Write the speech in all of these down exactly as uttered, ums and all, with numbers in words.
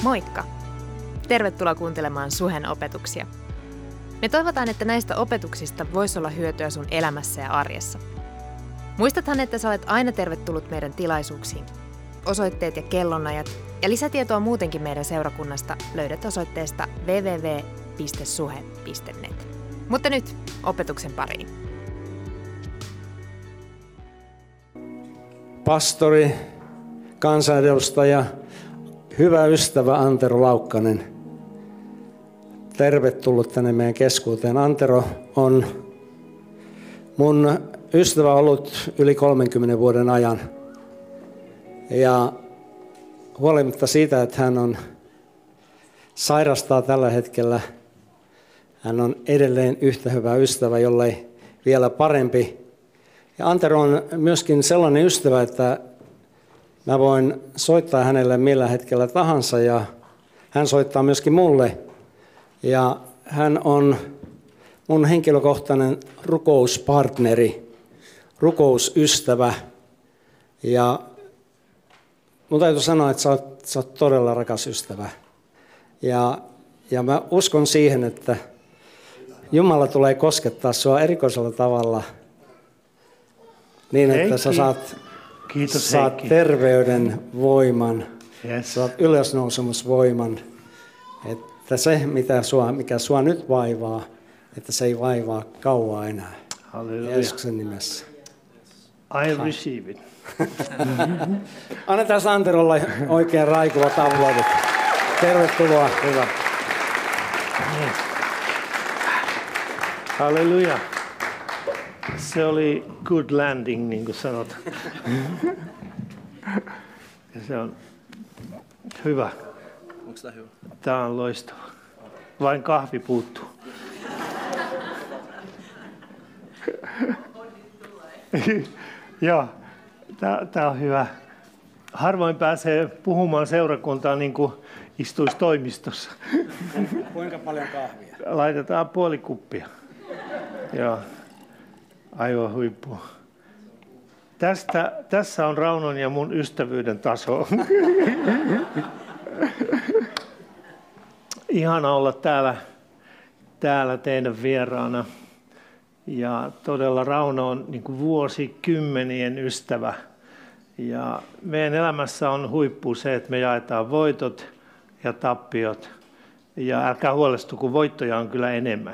Moikka! Tervetuloa kuuntelemaan Suhen opetuksia. Me toivotaan, että näistä opetuksista voisi olla hyötyä sun elämässä ja arjessa. Muistathan, että sä olet aina tervetullut meidän tilaisuuksiin. Osoitteet ja kellonajat ja lisätietoa muutenkin meidän seurakunnasta löydät osoitteesta double-u double-u double-u piste suhe piste net. Mutta nyt opetuksen pariin. Pastori, kansanedustaja, hyvä ystävä Antero Laukkanen. Tervetullut tänne meidän keskuuteen. Antero on mun ystävä ollut yli kolmenkymmenen vuoden ajan. Ja huolimatta siitä, että hän on sairastaa tällä hetkellä, hän on edelleen yhtä hyvä ystävä, jollei vielä parempi. Ja Antero on myöskin sellainen ystävä, että mä voin soittaa hänelle millä hetkellä tahansa ja hän soittaa myöskin mulle. Ja hän on mun henkilökohtainen rukouspartneri, rukousystävä. Ja mun täytyy sanoa, että sä oot, sä oot todella rakas ystävä. Ja, ja mä uskon siihen, että Jumala tulee koskettaa sua erikoisella tavalla niin, että sä saat, Kiitos, saat terveyden voiman, Yes. saat ylösnousemusvoiman, että se, mitä sua, mikä sua nyt vaivaa, että se ei vaivaa kauaa enää. Halleluja. Jeesuksen nimessä. I receive it. Annetaan Anterolle oikein raikuvat aplodit. Tervetuloa. Hyvä. Yes. Halleluja. Se oli good landing, niin kuin sanot. Ja se on hyvä. Onko tämä hyvä? Tämä on loistava. Vain kahvi puuttuu. Joo, tämä on hyvä. Harvoin pääsee puhumaan seurakuntaan niin kuin istuisi toimistossa. Kuinka paljon kahvia? Laitetaan puoli kuppia. Joo, aivan huippu. Tästä, tässä on Raunon ja mun ystävyyden taso. Ihana olla täällä, täällä teidän vieraana. Ja todella Rauno on niin kuin vuosikymmenien ystävä. Ja meidän elämässä on huippu se, että me jaetaan voitot ja tappiot. Ja älkää huolestu, kun voittoja on kyllä enemmän.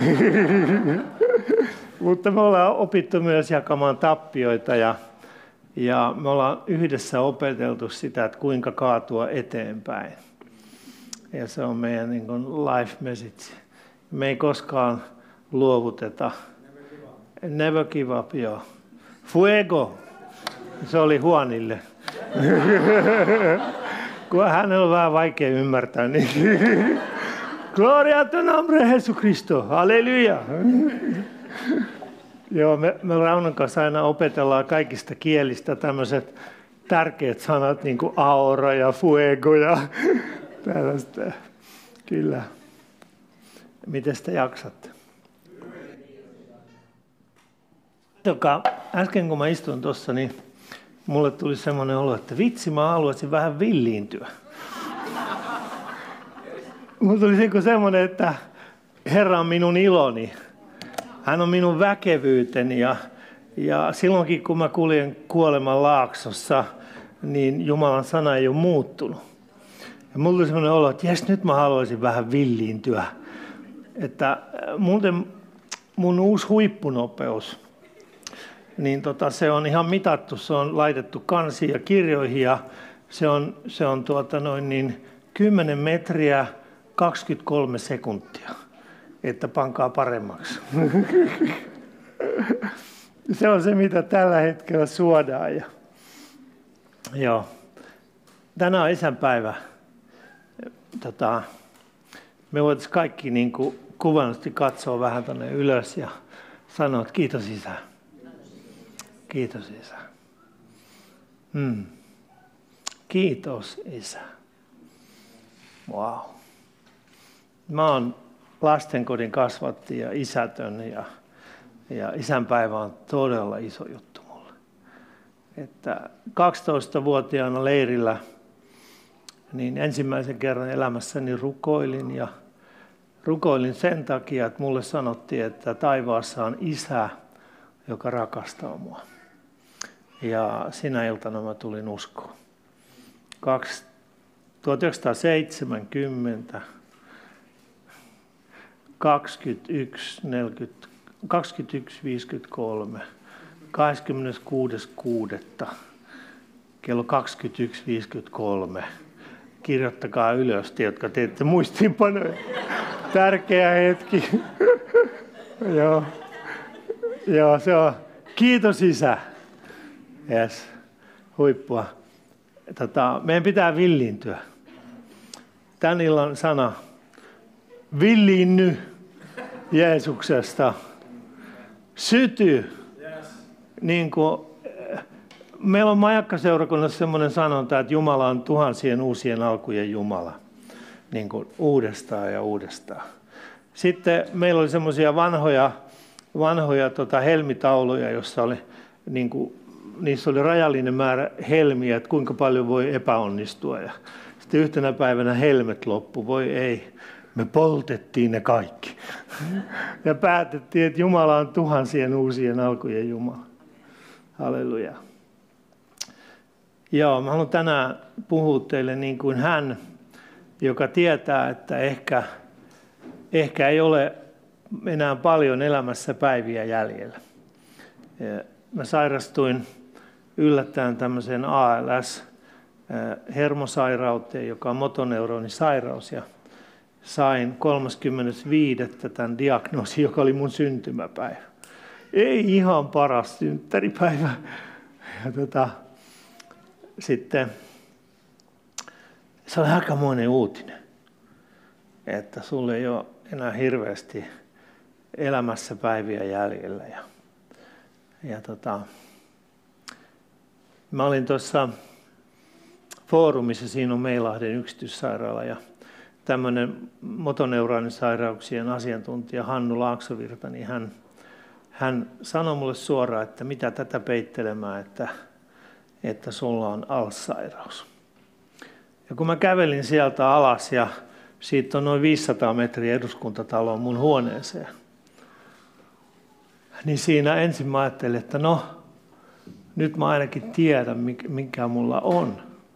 Mutta me ollaan opittu myös jakamaan tappioita ja, ja me ollaan yhdessä opeteltu sitä, että kuinka kaatua eteenpäin. Ja se on meidän niin kuin life message. Me ei koskaan luovuteta. Never give up, joo. Fuego. Se oli Juanille. Kun hänellä on vähän vaikea ymmärtää, niin Gloria tu nombre Jesucristo. Halleluja. Joo, me, me Raunon kanssa aina opetellaan kaikista kielistä tämmöiset tärkeät sanat, niin kuin aura ja fuego ja tällaista. Kyllä. Miten te jaksatte? Joka, äsken kun mä istun tuossa, niin mulle tuli semmoinen olo, että vitsi, mä haluaisin vähän villiintyä. Mulle tuli semmoinen, että Herra on minun iloni. Hän on minun väkevyyteni ja, ja silloinkin kun mä kuljen kuoleman laaksossa, niin Jumalan sana ei ole muuttunut. Ja mulla tuli semmoinen olo, että jes, nyt mä haluaisin vähän villiintyä. Että muuten mun uusi huippunopeus, niin tota, se on ihan mitattu, se on laitettu kansiin ja kirjoihin ja se on, se on tuota noin niin kymmenen metriä kaksikymmentäkolme sekuntia, että pankaa paremmaksi. Se on se, mitä tällä hetkellä suodaan. Ja, joo. Tänään on isänpäivä. Tota, me voitaisiin kaikki niin kuin kuvannosti katsoa vähän tuonne ylös ja sanoa, että kiitos Isä. Kiitos Isä. Hmm. Kiitos Isä. Wow. Mä oon lastenkodin kasvattaja, isätön ja, ja isänpäivä on todella iso juttu mulle. Että kaksitoistavuotiaana leirillä niin ensimmäisen kerran elämässäni rukoilin ja rukoilin sen takia, että mulle sanottiin, että taivaassa on Isä, joka rakastaa mua. Ja sinä iltana mä tulin uskoon. tuhatyhdeksänsataaseitsemänkymmentä, kaksikymmentäyksi, neljäkymmentä, kaksikymmentäyksi viisikymmentäkolme, kahdeskymmeneskuudes kuudetta kello kaksikymmentäyksi viisikymmentäkolme. Kirjoittakaa ylös, te, jotka teette muistiinpanoja. Tärkeä hetki. Joo. Joo, se on. Kiitos Isä. Yes. Huippua. Tota, meidän pitää villiintyä. Tän illan sana. Villiinny Jeesuksesta. Syty. Niin kuin, meillä on Majakka-seurakunnassa semmoinen sanonta, että Jumala on tuhansien uusien alkujen Jumala. Niin kuin uudestaan ja uudestaan. Sitten meillä oli semmoisia vanhoja, vanhoja tota, helmitauluja, joissa oli, niin kuin, niissä oli rajallinen määrä helmiä, että kuinka paljon voi epäonnistua. Ja sitten yhtenä päivänä helmet loppu, voi ei, me poltettiin ne kaikki. Ja päätettiin, että Jumala on tuhansien uusien alkujen Jumala. Halleluja. Joo, mä haluan tänään puhua teille niin kuin hän, joka tietää, että ehkä, ehkä ei ole enää paljon elämässä päiviä jäljellä. Mä sairastuin yllättäen tämmöiseen A L S-hermosairauteen, joka on motoneuronisairaus, ja sain kolmaskymmenes viidettä tämän diagnoosin, joka oli mun syntymäpäivä. Ei ihan paras synttäripäivä. Ja tota, sitten se oli aikamoinen uutinen, että sulla ei ole enää hirveästi elämässä päiviä jäljellä. Ja, ja tota, mä olin tuossa foorumissa, siinä on Meilahden yksityissairaala, ja tämmöinen motoneuronisairauksien asiantuntija Hannu Laaksovirta, niin hän, hän sanoi mulle suoraan, että mitä tätä peittelemään, että, että sulla on A L S-sairaus. Ja kun mä kävelin sieltä alas, ja siitä on noin viisisataa metriä eduskuntataloon mun huoneeseen, niin siinä ensin mä ajattelin, että no, nyt mä ainakin tiedän, mikä mulla on.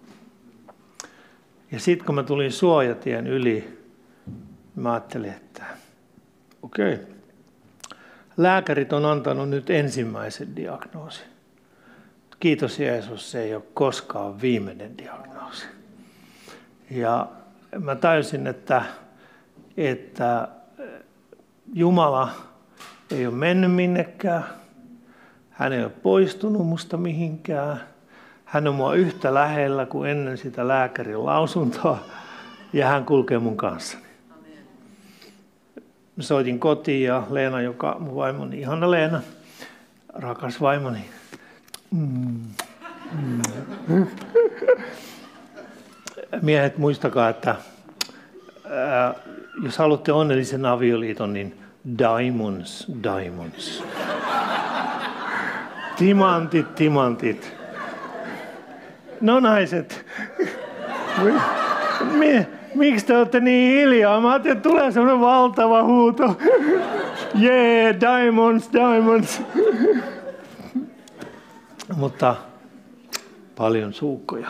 Ja sitten kun mä tulin suojatien yli, mä ajattelin, että okei, okay. Lääkärit on antanut nyt ensimmäisen diagnoosin. Kiitos Jeesus, se ei ole koskaan viimeinen diagnoosi. Ja mä tajusin, että, että Jumala ei ole mennyt minnekään. Hän ei ole poistunut musta mihinkään. Hän on mua yhtä lähellä kuin ennen sitä lääkärin lausuntoa. Ja hän kulkee mun kanssani. Mä soitin kotiin ja Leena, joka mun vaimoni, ihana Leena, rakas vaimoni. Mm. Mm. Miehet, muistakaa, että ää, jos haluatte onnellisen avioliiton, niin diamonds, diamonds. Timantit, timantit. No naiset, mi, miksi te olette niin hiljaa? Mä ajattelin, että tulee sellainen valtava huuto. Yeah, diamonds, diamonds. Mutta paljon suukkoja.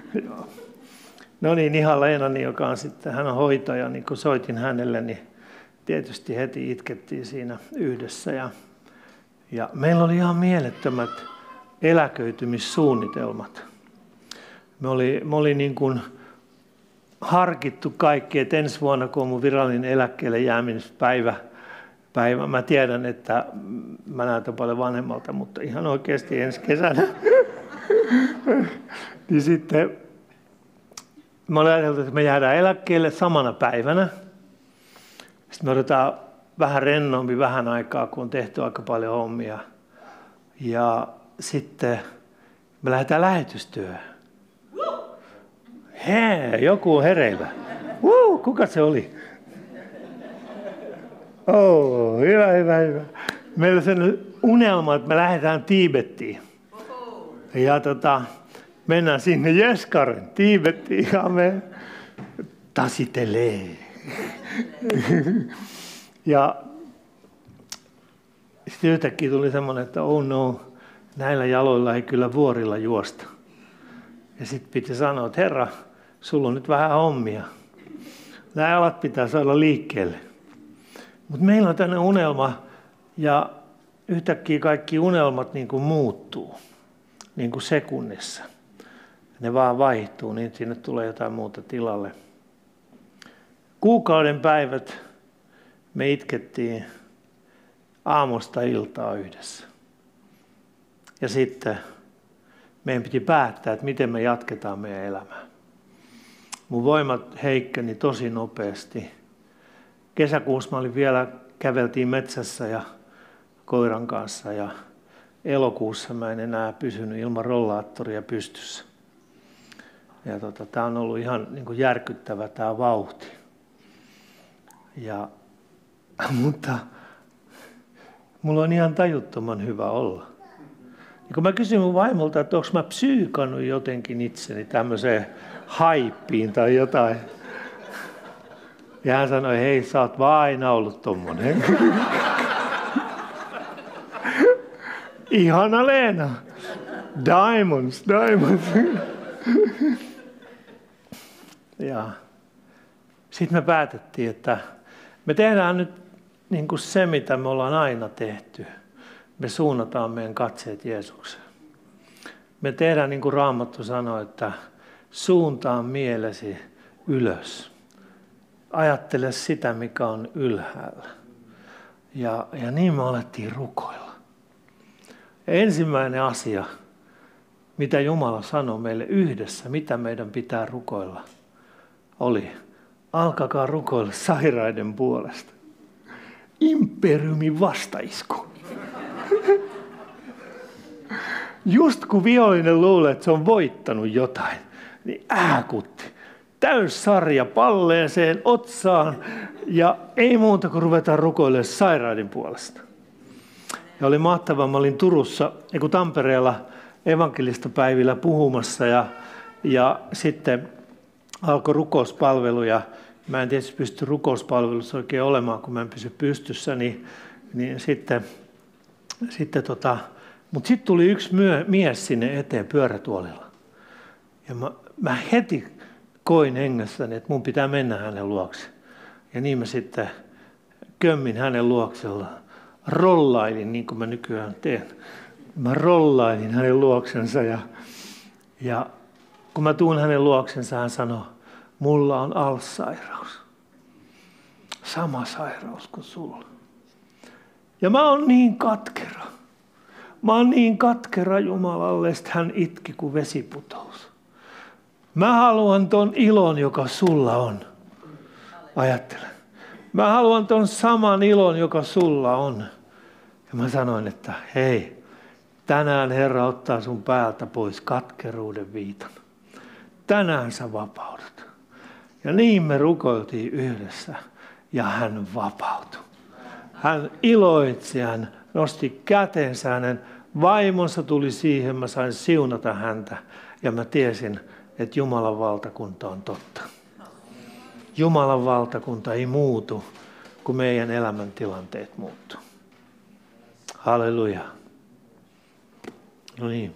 No niin, ihan Leenani, joka on sitten, hän on hoitaja, niin kun soitin hänelle, niin tietysti heti itkettiin siinä yhdessä. Ja, ja meillä oli ihan mielettömät eläköitymissuunnitelmat. Me oli, me oli niin kuin harkittu kaikki, että ensi vuonna, kun on mun virallinen eläkkeelle jäämispäivä, päivä, mä tiedän, että mä näytän paljon vanhemmalta, mutta ihan oikeasti ensi kesänä. Niin sitten mä olin ajatellut, että me jäädään eläkkeelle samana päivänä. Sitten me odotetaan vähän rennompi vähän aikaa, kun on tehty aika paljon hommia. Ja sitten me lähdetään lähetystyöhön. Hei, joku on hereillä. Uh, kuka se oli? Oh, hyvä, hyvä, hyvä. Meillä on sellainen unelma, että me lähdetään Tiibettiin. Ja tota, Mennään sinne Jeskaren, Tiibettiin, ja me tasitelee. Ja sitten yhtäkkiä tuli semmoinen, että oh no, näillä jaloilla ei kyllä vuorilla juosta. Ja sitten piti sanoa, että Herra, sulla on nyt vähän hommia. Nämä jalat pitää saada liikkeelle. Mutta meillä on tämmöinen unelma, ja yhtäkkiä kaikki unelmat niin kuin muuttuu, niin kuin sekunnissa. Ne vaan vaihtuu, niin sinne tulee jotain muuta tilalle. Kuukauden päivät me itkettiin aamusta iltaa yhdessä. Ja sitten meidän piti päättää, että miten me jatketaan meidän elämää. Mun voimat heikkeni tosi nopeasti. Kesäkuussa mä olin vielä, käveltiin metsässä ja koiran kanssa ja elokuussa mä en enää pysynyt ilman rollaattoria pystyssä. Ja tota, tää on ollut ihan niin kuin järkyttävä tää vauhti. Ja, mutta mulla on ihan tajuttoman hyvä olla. Ja kun mä kysyin mun vaimolta, että onko mä psyykannut jotenkin itseni tämmöiseen haippiin tai jotain. Ja hän sanoi, hei, sä oot vaan aina ollut tommonen. Ihana Leena. Diamonds, diamonds. Ja sitten me päätettiin, että me tehdään nyt niin kuin se, mitä me ollaan aina tehty. Me suunnataan meidän katseet Jeesukseen. Me tehdään niin kuin Raamattu sanoo, että suuntaa mielesi ylös. Ajattele sitä, mikä on ylhäällä. Ja, ja niin me alettiin rukoilla. Ja ensimmäinen asia, mitä Jumala sanoi meille yhdessä, mitä meidän pitää rukoilla, oli, alkakaa rukoilla sairaiden puolesta. Imperiumin vastaisku. Just kun vihollinen luulee, että se on voittanut jotain, niin ääkutti. Täys sarja palleeseen otsaan ja ei muuta kuin ruvetaan rukoilemaan sairaiden puolesta. Ja oli mahtavaa, mä olin Turussa, ei kun Tampereella evankelistapäivillä puhumassa ja, ja sitten alkoi rukouspalvelu ja mä en tietysti pysty rukouspalvelussa oikein olemaan, kun mä en pysy pystyssä, niin, niin sitten, sitten tota, mutta sitten tuli yksi myö, mies sinne eteen pyörätuolilla. Ja mä, mä heti koin hengessäni, että mun pitää mennä hänen luokse. Ja niin mä sitten kömmin hänen luoksellaan. Rollailin, niin kuin mä nykyään teen. Mä rollailin hänen luoksensa ja, ja kun mä tuun hänen luoksensa, hän sanoi, mulla on Alzheimer. Sama sairaus kuin sulla. Ja mä oon niin katkera. Mä oon niin katkera Jumalalle, että hän itki kuin vesiputous. Mä haluan ton ilon, joka sulla on. Ajattele. Mä haluan ton saman ilon, joka sulla on. Ja mä sanoin, että hei, tänään Herra ottaa sun päältä pois katkeruuden viitan. Tänään sä vapaudut. Ja niin me rukoiltiin yhdessä ja hän vapautui. Hän iloitsi, hän nosti kätensä, hänen vaimonsa tuli siihen, mä sain siunata häntä ja mä tiesin, että Jumalan valtakunta on totta. Jumalan valtakunta ei muutu, kun meidän elämäntilanteet muuttuu. Halleluja. No niin.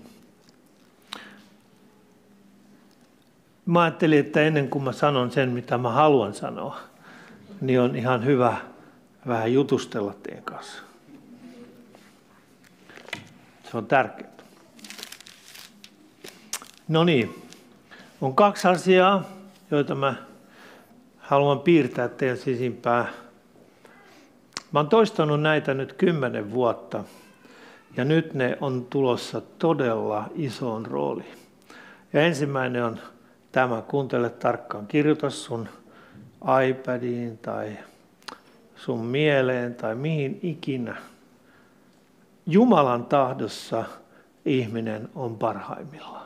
Mä ajattelin, että ennen kuin mä sanon sen, mitä mä haluan sanoa, niin on ihan hyvä vähän jutustella teidän kanssa. Se on tärkeää. No niin. On kaksi asiaa, joita mä haluan piirtää teidän sisimpään. Mä oon toistanut näitä nyt kymmenen vuotta ja nyt ne on tulossa todella isoon rooliin. Ja ensimmäinen on tämä, kuuntele tarkkaan, kirjoita sun iPadiin tai sun mieleen tai mihin ikinä. Jumalan tahdossa ihminen on parhaimmillaan.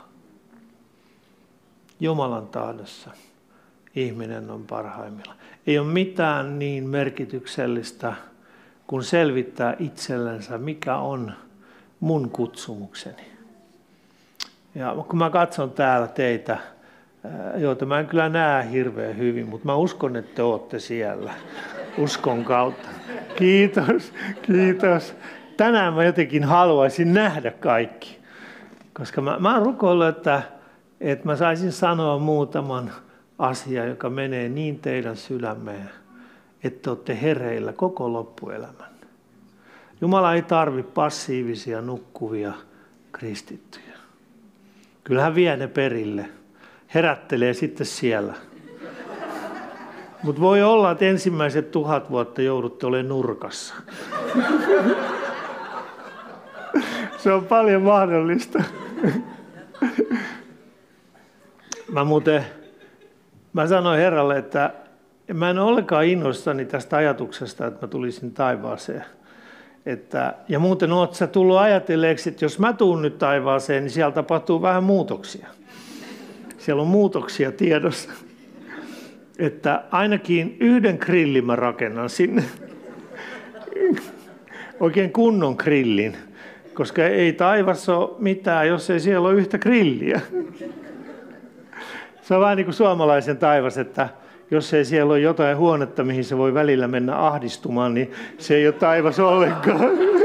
Jumalan tahdossa ihminen on parhaimmillaan. Ei ole mitään niin merkityksellistä kuin selvittää itsellensä, mikä on mun kutsumukseni. Ja kun mä katson täällä teitä, joita mä en kyllä näe hirveän hyvin, mutta mä uskon, että te olette siellä uskon kautta. Kiitos, kiitos. Tänään mä jotenkin haluaisin nähdä kaikki, koska mä, mä oon rukoillut, että, että mä saisin sanoa muutaman asian, joka menee niin teidän sydämeen, että olette hereillä koko loppuelämän. Jumala ei tarvitse passiivisia, nukkuvia kristittyjä. Kyllä hän vie ne perille. Herättelee sitten siellä. Mutta voi olla, että ensimmäiset tuhat vuotta joudutte olemaan nurkassa. Se on paljon mahdollista. Mä muuten, mä sanoin Herralle, että mä en ole ollenkaan innoissani tästä ajatuksesta, että mä tulisin taivaaseen. Että, ja muuten oot sä tullut ajatelleeksi, että jos mä tuun nyt taivaaseen, niin siellä tapahtuu vähän muutoksia. Siellä on muutoksia tiedossa. Että ainakin yhden grillin mä rakennan sinne. Oikein kunnon grillin. Koska ei taivassa ole mitään, jos ei siellä ole yhtä grilliä. Se on vähän niin kuin suomalaisen taivas, että jos ei siellä ole jotain huonetta, mihin se voi välillä mennä ahdistumaan, niin se ei ole taivas ollenkaan.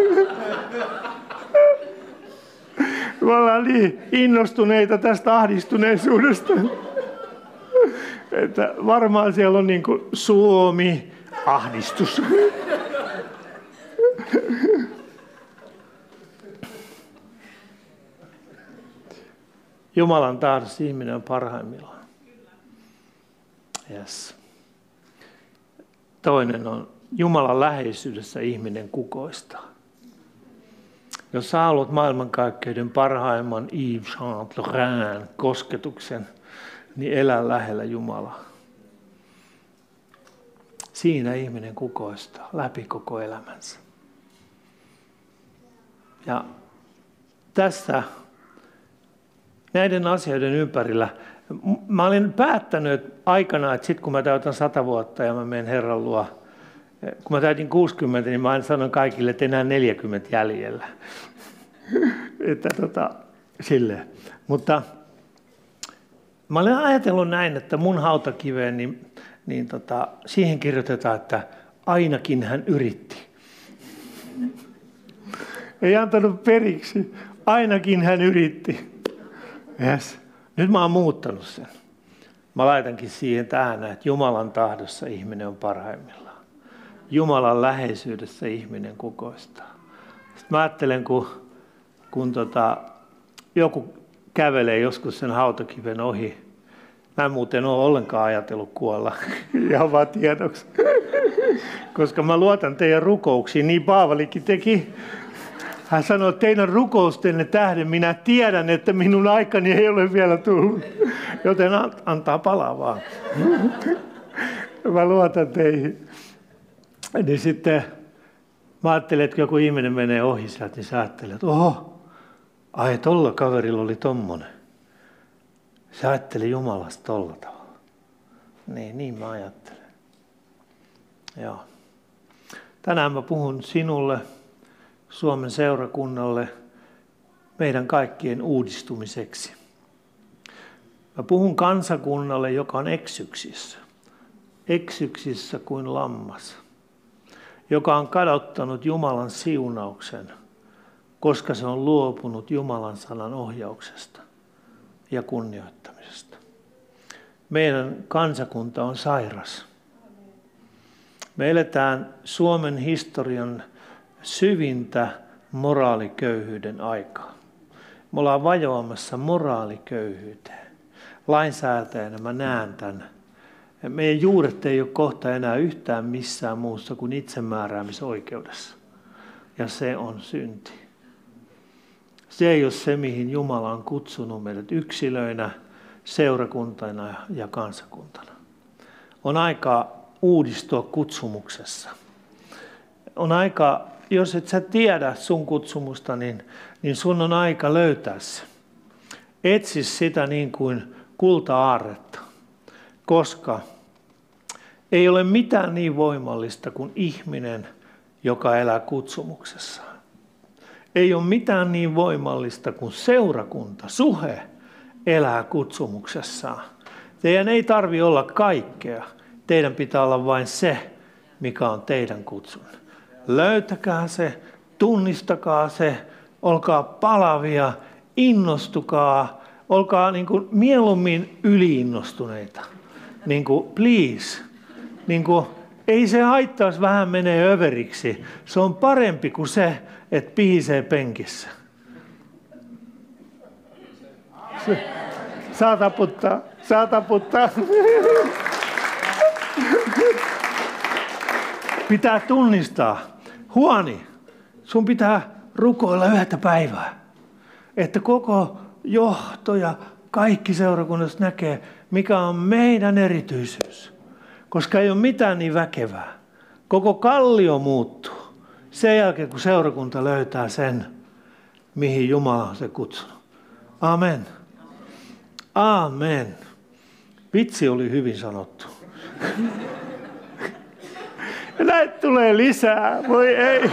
Me ollaan niin innostuneita tästä ahdistuneisuudesta. Että varmaan siellä on niin kuin Suomi, ahdistus. Jumalan tahdossa ihminen on parhaimmillaan. Yes. Toinen on Jumalan läheisyydessä ihminen kukoistaa. Jos sä haluat maailmankaikkeuden parhaimman Yves Saint Laurent kosketuksen, niin elä lähellä Jumalaa. Siinä ihminen kukoistaa läpi koko elämänsä. Ja tässä näiden asioiden ympärillä mä olin päättänyt aikana, että sitten kun mä täytän sata vuotta ja mä menen Herran luo, kun mä täytin kuusikymmentä, niin mä aina sanon kaikille, että enää neljäkymmentä jäljellä. että tota, silleen. Mutta mä olen ajatellut näin, että mun hautakiveen, niin, niin tota, siihen kirjoitetaan, että ainakin hän yritti. Ei antanut periksi, ainakin hän yritti. Yes. Nyt mä oon muuttanut sen. Mä laitankin siihen tähän, että Jumalan tahdossa ihminen on parhaimmillaan. Jumalan läheisyydessä ihminen kukoistaa. Sitten mä ajattelen, kun, kun tota, joku kävelee joskus sen hautakiven ohi. Mä en muuten ole ollenkaan ajatellut kuolla. Ihan vaan tiedoksi. Koska mä luotan teidän rukouksiin, niin Paavalikin teki. Hän sanoi, että teidän rukoustenne tähden minä tiedän, että minun aikani ei ole vielä tullut. Joten antaa palaa vaan. Mä luotan teihin. Niin sitten mä ajattelin, että joku ihminen menee ohi sieltä, niin sä ajattelet, että oho, ai tolla kaverilla oli tommonen. Sä ajattelee Jumalasta tolla tavalla. Niin, niin mä ajattelen. Joo. Tänään mä puhun sinulle, Suomen seurakunnalle, meidän kaikkien uudistumiseksi. Mä puhun kansakunnalle, joka on eksyksissä. Eksyksissä kuin lammas. Joka on kadottanut Jumalan siunauksen, koska se on luopunut Jumalan sanan ohjauksesta ja kunnioittamisesta. Meidän kansakunta on sairas. Me eletään Suomen historian syvintä moraaliköyhyyden aikaa. Me ollaan vajoamassa moraaliköyhyyteen. Lainsäätäjänä mä näen tämän. Meidän juuret ei ole kohta enää yhtään missään muussa kuin itsemääräämisoikeudessa. Ja se on synti. Se ei ole se, mihin Jumala on kutsunut meidät yksilöinä, seurakuntana ja kansakuntana. On aika uudistua kutsumuksessa. On aika, jos et sä tiedä sun kutsumusta, niin, niin sun on aika löytää se. Etsi sitä niin kuin kulta-aarretta, koska ei ole mitään niin voimallista kuin ihminen, joka elää kutsumuksessaan. Ei ole mitään niin voimallista kuin seurakunta, suhe, elää kutsumuksessaan. Teidän ei tarvitse olla kaikkea. Teidän pitää olla vain se, mikä on teidän kutsun. Löytäkää se, tunnistakaa se, olkaa palavia, innostukaa, olkaa niin kuin mieluummin yliinnostuneita. Niin kuin please. Niin kuin, ei se haittaa, jos vähän menee överiksi. Se on parempi kuin se, että pihisee penkissä. Saa taputtaa, saa taputtaa. Pitää tunnistaa. Huoni, sun pitää rukoilla yhtä päivää. Että koko johto ja kaikki seurakunnassa näkee, mikä on meidän erityisyys. Koska ei ole mitään niin väkevää. Koko kallio muuttuu. Sen jälkeen, kun seurakunta löytää sen, mihin Jumala on se kutsunut. Amen. Amen. Vitsi oli hyvin sanottu. Näitä tulee lisää. Voi ei.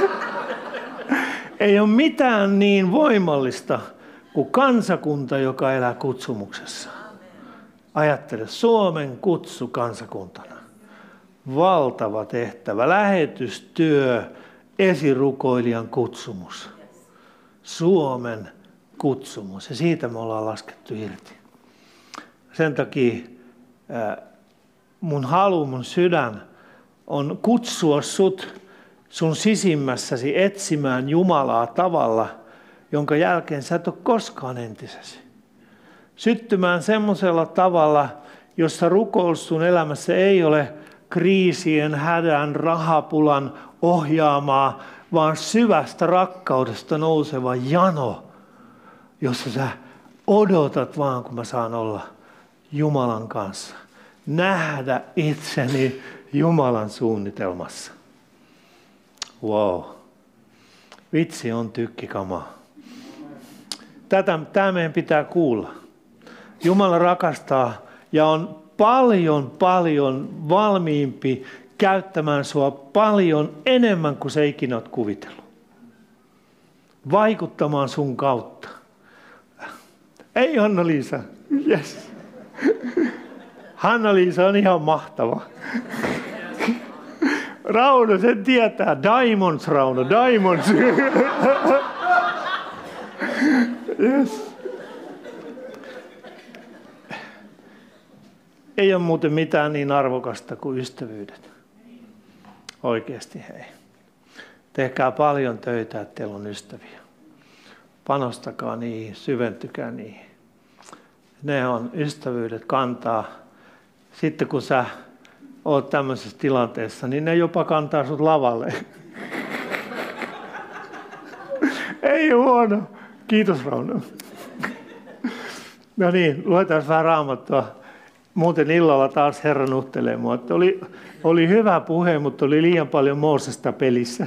Ei ole mitään niin voimallista kuin kansakunta, joka elää kutsumuksessa. Ajattele, Suomen kutsu kansakuntana. Valtava tehtävä, lähetystyö, esirukoilijan kutsumus. Suomen kutsumus ja siitä me ollaan laskettu irti. Sen takia mun halu, mun sydän on kutsua sut sun sisimmässäsi etsimään Jumalaa tavalla, jonka jälkeen sä et ole koskaan entisesi. Syttymään semmoisella tavalla, jossa rukous sun elämässä ei ole kriisien, hädän, rahapulan ohjaamaa, vaan syvästä rakkaudesta nouseva jano, jossa sä odotat vaan, kun mä saan olla Jumalan kanssa. Nähdä itseni Jumalan suunnitelmassa. Wow. Vitsi on tykkikamaa. Tätä, tämä meidän pitää kuulla. Jumala rakastaa ja on paljon, paljon valmiimpi käyttämään sua paljon enemmän kuin sä ikinä oot kuvitellut. Vaikuttamaan sun kautta. Ei Hanna-Liisa. Yes. Hanna-Liisa on ihan mahtava. Rauno, sen tietää. Diamonds, Rauno, diamonds. Yes. Ei ole muuten mitään niin arvokasta kuin ystävyydet. Oikeasti hei. Tehkää paljon töitä, että teillä on ystäviä. Panostakaa niihin, syventykää niihin. Ne on ystävyydet kantaa. Sitten kun sä oot tämmöisessä tilanteessa, niin ne jopa kantaa sut lavalle. Ei huono. Kiitos Rauno. No niin, luetaan vähän Raamattua. Muuten illalla taas Herra nuhtelee mua. Että oli, oli hyvä puhe, mutta oli liian paljon Moosesta pelissä.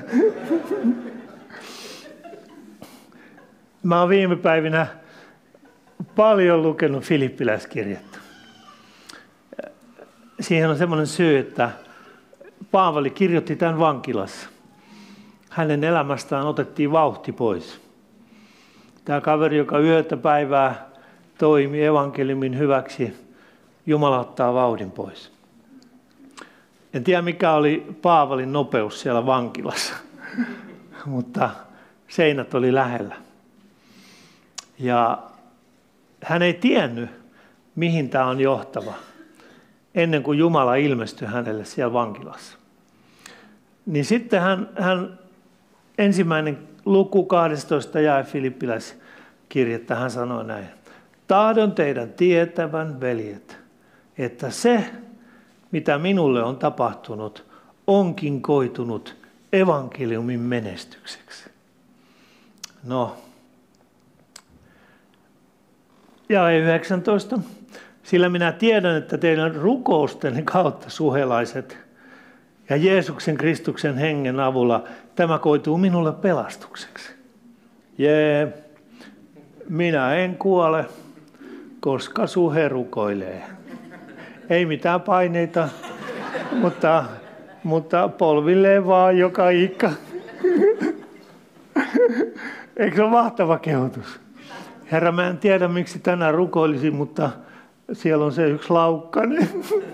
Mä oon viime päivinä paljon lukenut Filippiläiskirjettä. Siihen on semmoinen syy, että Paavali kirjoitti tämän vankilassa. Hänen elämästään otettiin vauhti pois. Tämä kaveri, joka yötä päivää toimi evankeliumin hyväksi, Jumala ottaa vauhdin pois. En tiedä, mikä oli Paavalin nopeus siellä vankilassa, mutta seinät oli lähellä. Ja hän ei tiennyt, mihin tämä on johtava, ennen kuin Jumala ilmestyi hänelle siellä vankilassa. Niin sitten hän, hän ensimmäinen luku kaksitoista jae Filippiläiskirjettä, hän sanoi näin. Tahdon teidän tietävän, veljet, että se, mitä minulle on tapahtunut, onkin koitunut evankeliumin menestykseksi. No, jae yhdeksäntoista. Sillä minä tiedän, että teidän rukousten kautta, suhelaiset, ja Jeesuksen Kristuksen hengen avulla tämä koituu minulle pelastukseksi. Jee, minä en kuole, koska suhe rukoilee. Ei mitään paineita, mutta, mutta polvilleen vaan joka ikka. Eikö se ole mahtava kehotus? Herra, mä en tiedä miksi tänään rukoilisin, mutta siellä on se yksi laukkanen.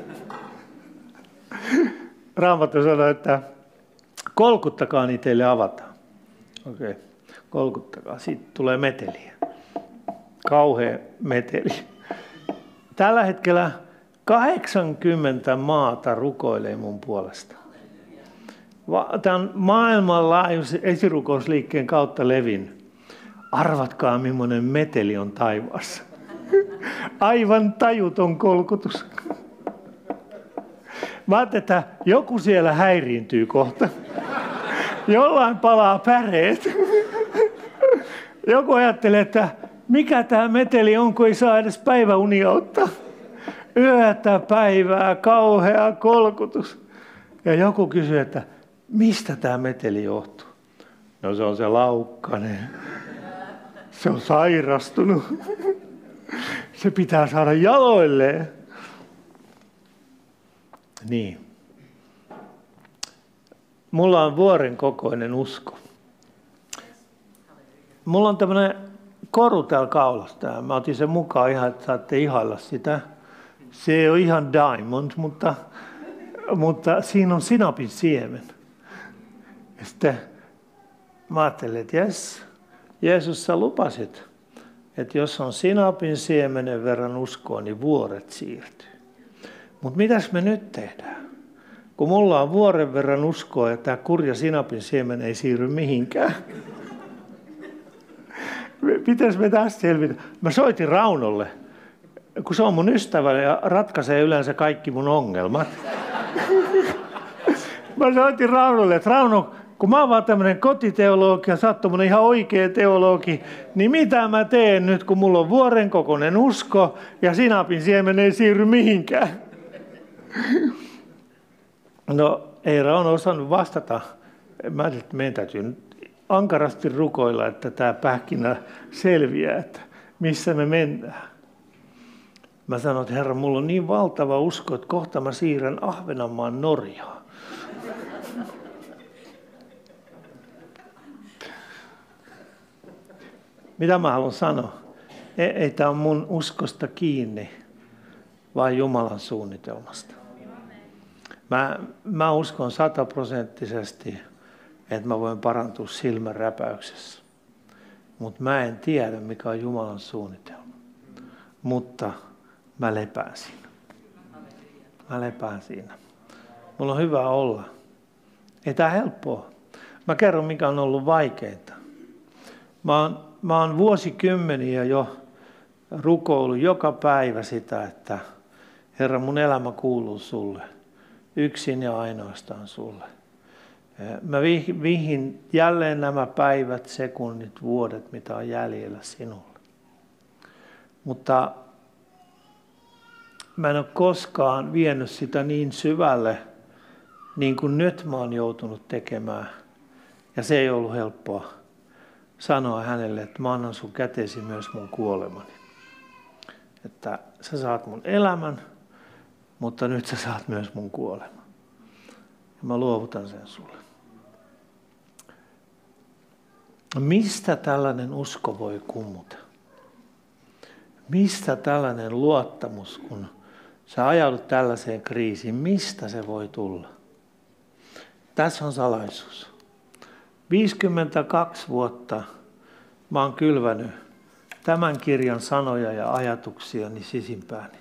Raamattu sanoo, että kolkuttakaa, niin teille avataan. Okei, okay. Kolkuttakaa. Siitä tulee meteliä. Kauhea meteli. Tällä hetkellä kahdeksankymmentä maata rukoilee mun puolesta. Tämän maailmanlaajuisen esirukousliikkeen kautta levin. Arvatkaa, millainen meteli on taivaassa. Aivan tajuton kolkutus. Mä ajattelin, että joku siellä häiriintyy kohta. Jollain palaa päreet. Joku ajattelee, että mikä tämä meteli on, kun ei saa edes päiväunia ottaa. Yötä päivää, kauhea kolkutus. Ja joku kysyy, että mistä tämä meteli johtuu? No se on se laukkanen. Se on sairastunut. Se pitää saada jaloilleen. Niin. Mulla on vuoren kokoinen usko. Mulla on tämmöinen koru täällä kaulassa. Mä otin sen mukaan ihan, että saatte ihailla sitä. Se ei ole ihan diamond, mutta, mutta siinä on sinapin siemen. Ja sitten mä ajattelin, että jes, Jeesus, sä lupasit, että jos on sinapin siemenen verran uskoa, niin vuoret siirtyy. Mutta mitäs me nyt tehdään? Kun mulla on vuoren verran uskoa, että tämä kurja sinapin siemen ei siirry mihinkään. Mitäs me tästä selvitä? Mä soitin Raunolle, kun se on mun ystävä ja ratkaisee yleensä kaikki mun ongelmat. Mä soitin Raunolle, että Rauno, kun mä oon vaan tämmönen kotiteologi ja sä oot tommonen ihan oikea teologi, niin mitä mä teen nyt, kun mulla on vuoren kokoinen usko ja sinapin siemen ei siirry mihinkään? No, ei Rauno osannut vastata. Mä ajattelin, että meidän täytyy nyt ankarasti rukoilla, että tämä pähkinä selviää, että missä me mennään. Mä sanoin, että Herra, mulla on niin valtava usko, että kohta mä siirrän Ahvenanmaan Norjaan. Mitä mä haluan sanoa? Ei, ei tämä ole mun uskosta kiinni, vaan Jumalan suunnitelmasta. Mä, mä uskon sataprosenttisesti, että mä voin parantua silmänräpäyksessä. Mutta mä en tiedä, mikä on Jumalan suunnitelma. Mutta mä lepään siinä. Mä lepään siinä. Mulla on hyvä olla. Ei tää helppoa. Mä kerron, mikä on ollut vaikeinta. Mä oon, mä oon vuosikymmeniä jo rukoillut joka päivä sitä, että Herra, mun elämä kuuluu sulle. Yksin ja ainoastaan sulle. Mä vihin jälleen nämä päivät, sekunnit, vuodet, mitä on jäljellä sinulle. Mutta mä en ole koskaan vienyt sitä niin syvälle, niin kuin nyt mä oon joutunut tekemään. Ja se ei ollut helppoa sanoa hänelle, että mä annan sun käteesi myös mun kuolemani. Että sä saat mun elämän, mutta nyt sä saat myös mun kuoleman. Ja mä luovutan sen sulle. Mistä tällainen usko voi kummuta? Mistä tällainen luottamus, kun sä ajaudut tällaiseen kriisiin, mistä se voi tulla? Tässä on salaisuus. viisikymmentäkaksi vuotta mä oon kylvänyt tämän kirjan sanoja ja ajatuksiani sisimpääni.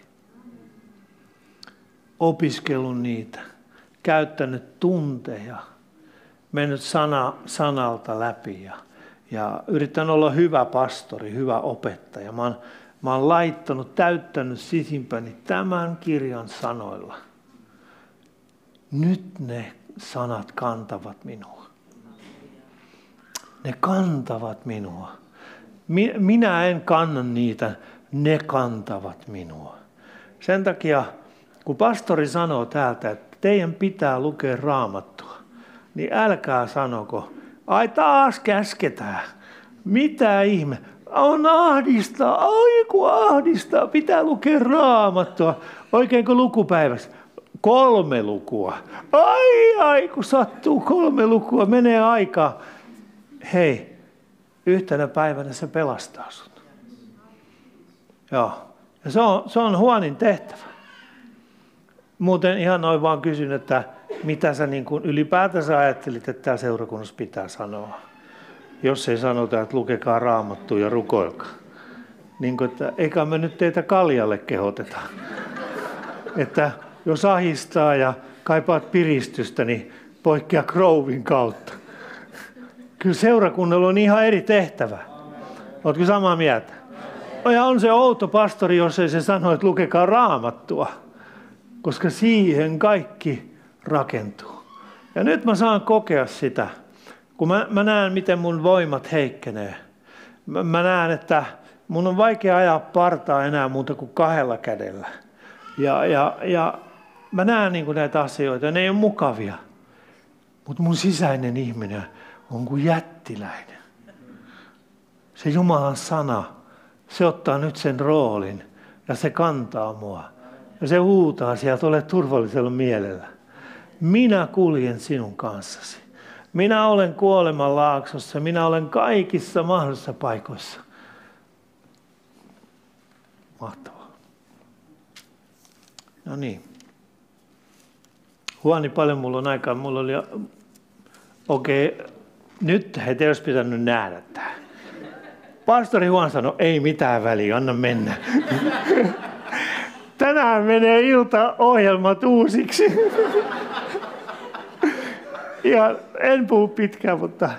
Opiskellut niitä, käyttänyt tunteja, mennyt sana, sanalta läpi ja, ja yrittänyt olla hyvä pastori, hyvä opettaja. Mä oon, mä oon laittanut, täyttänyt sisimpäni tämän kirjan sanoilla. Nyt ne sanat kantavat minua. Ne kantavat minua. Minä en kanna niitä, ne kantavat minua. Sen takia, kun pastori sanoo täältä, että teidän pitää lukea Raamattua, niin älkää sanoko, ai taas käsketään. Mitä ihme? On ahdistaa, ai kun ahdistaa, pitää lukea Raamattua. Oikeinko lukupäivässä? Kolme lukua. Ai ai kun sattuu kolme lukua, menee aikaa. Hei, yhtenä päivänä se pelastaa sut. Joo. Ja se on, se on Juanin tehtävä. Muuten ihan noin vaan kysyn, että mitä sä niin kuin ylipäätänsä ajattelit, että tämä seurakunnassa pitää sanoa. Jos ei sanota, että lukekaa Raamattua ja rukoilkaa. Niin kuin, että eikä me nyt teitä kaljalle kehoteta. Että jos ahistaa ja kaipaat piristystä, niin poikkea Grovin kautta. Kyllä seurakunnalla on ihan eri tehtävä. Oletko samaa mieltä? Ja on se outo pastori, jos ei se sano, että lukekaa Raamattua. Koska siihen kaikki rakentuu. Ja nyt mä saan kokea sitä, kun mä, mä näen, miten mun voimat heikkenee. Mä, mä näen, että mun on vaikea ajaa partaa enää muuta kuin kahdella kädellä. Ja, ja, ja mä näen niin kuin näitä asioita, ne ei ole mukavia. Mutta mun sisäinen ihminen on kuin jättiläinen. Se Jumalan sana, se ottaa nyt sen roolin ja se kantaa mua. Ja se huutaa sieltä, ole turvallisella mielellä. Minä kuljen sinun kanssasi. Minä olen kuoleman laaksossa, minä olen kaikissa mahdollisissa paikoissa. Mahtavaa. No niin. Huoni, paljon mulla on aikaa. Mulla oli... Okei, okay. Nyt heitä olisi pitänyt nähdä tämä. Pastori Juan sanoi, ei mitään väliä, anna mennä. Tänään menee iltaohjelmat uusiksi. Ja en puhu pitkään, mutta...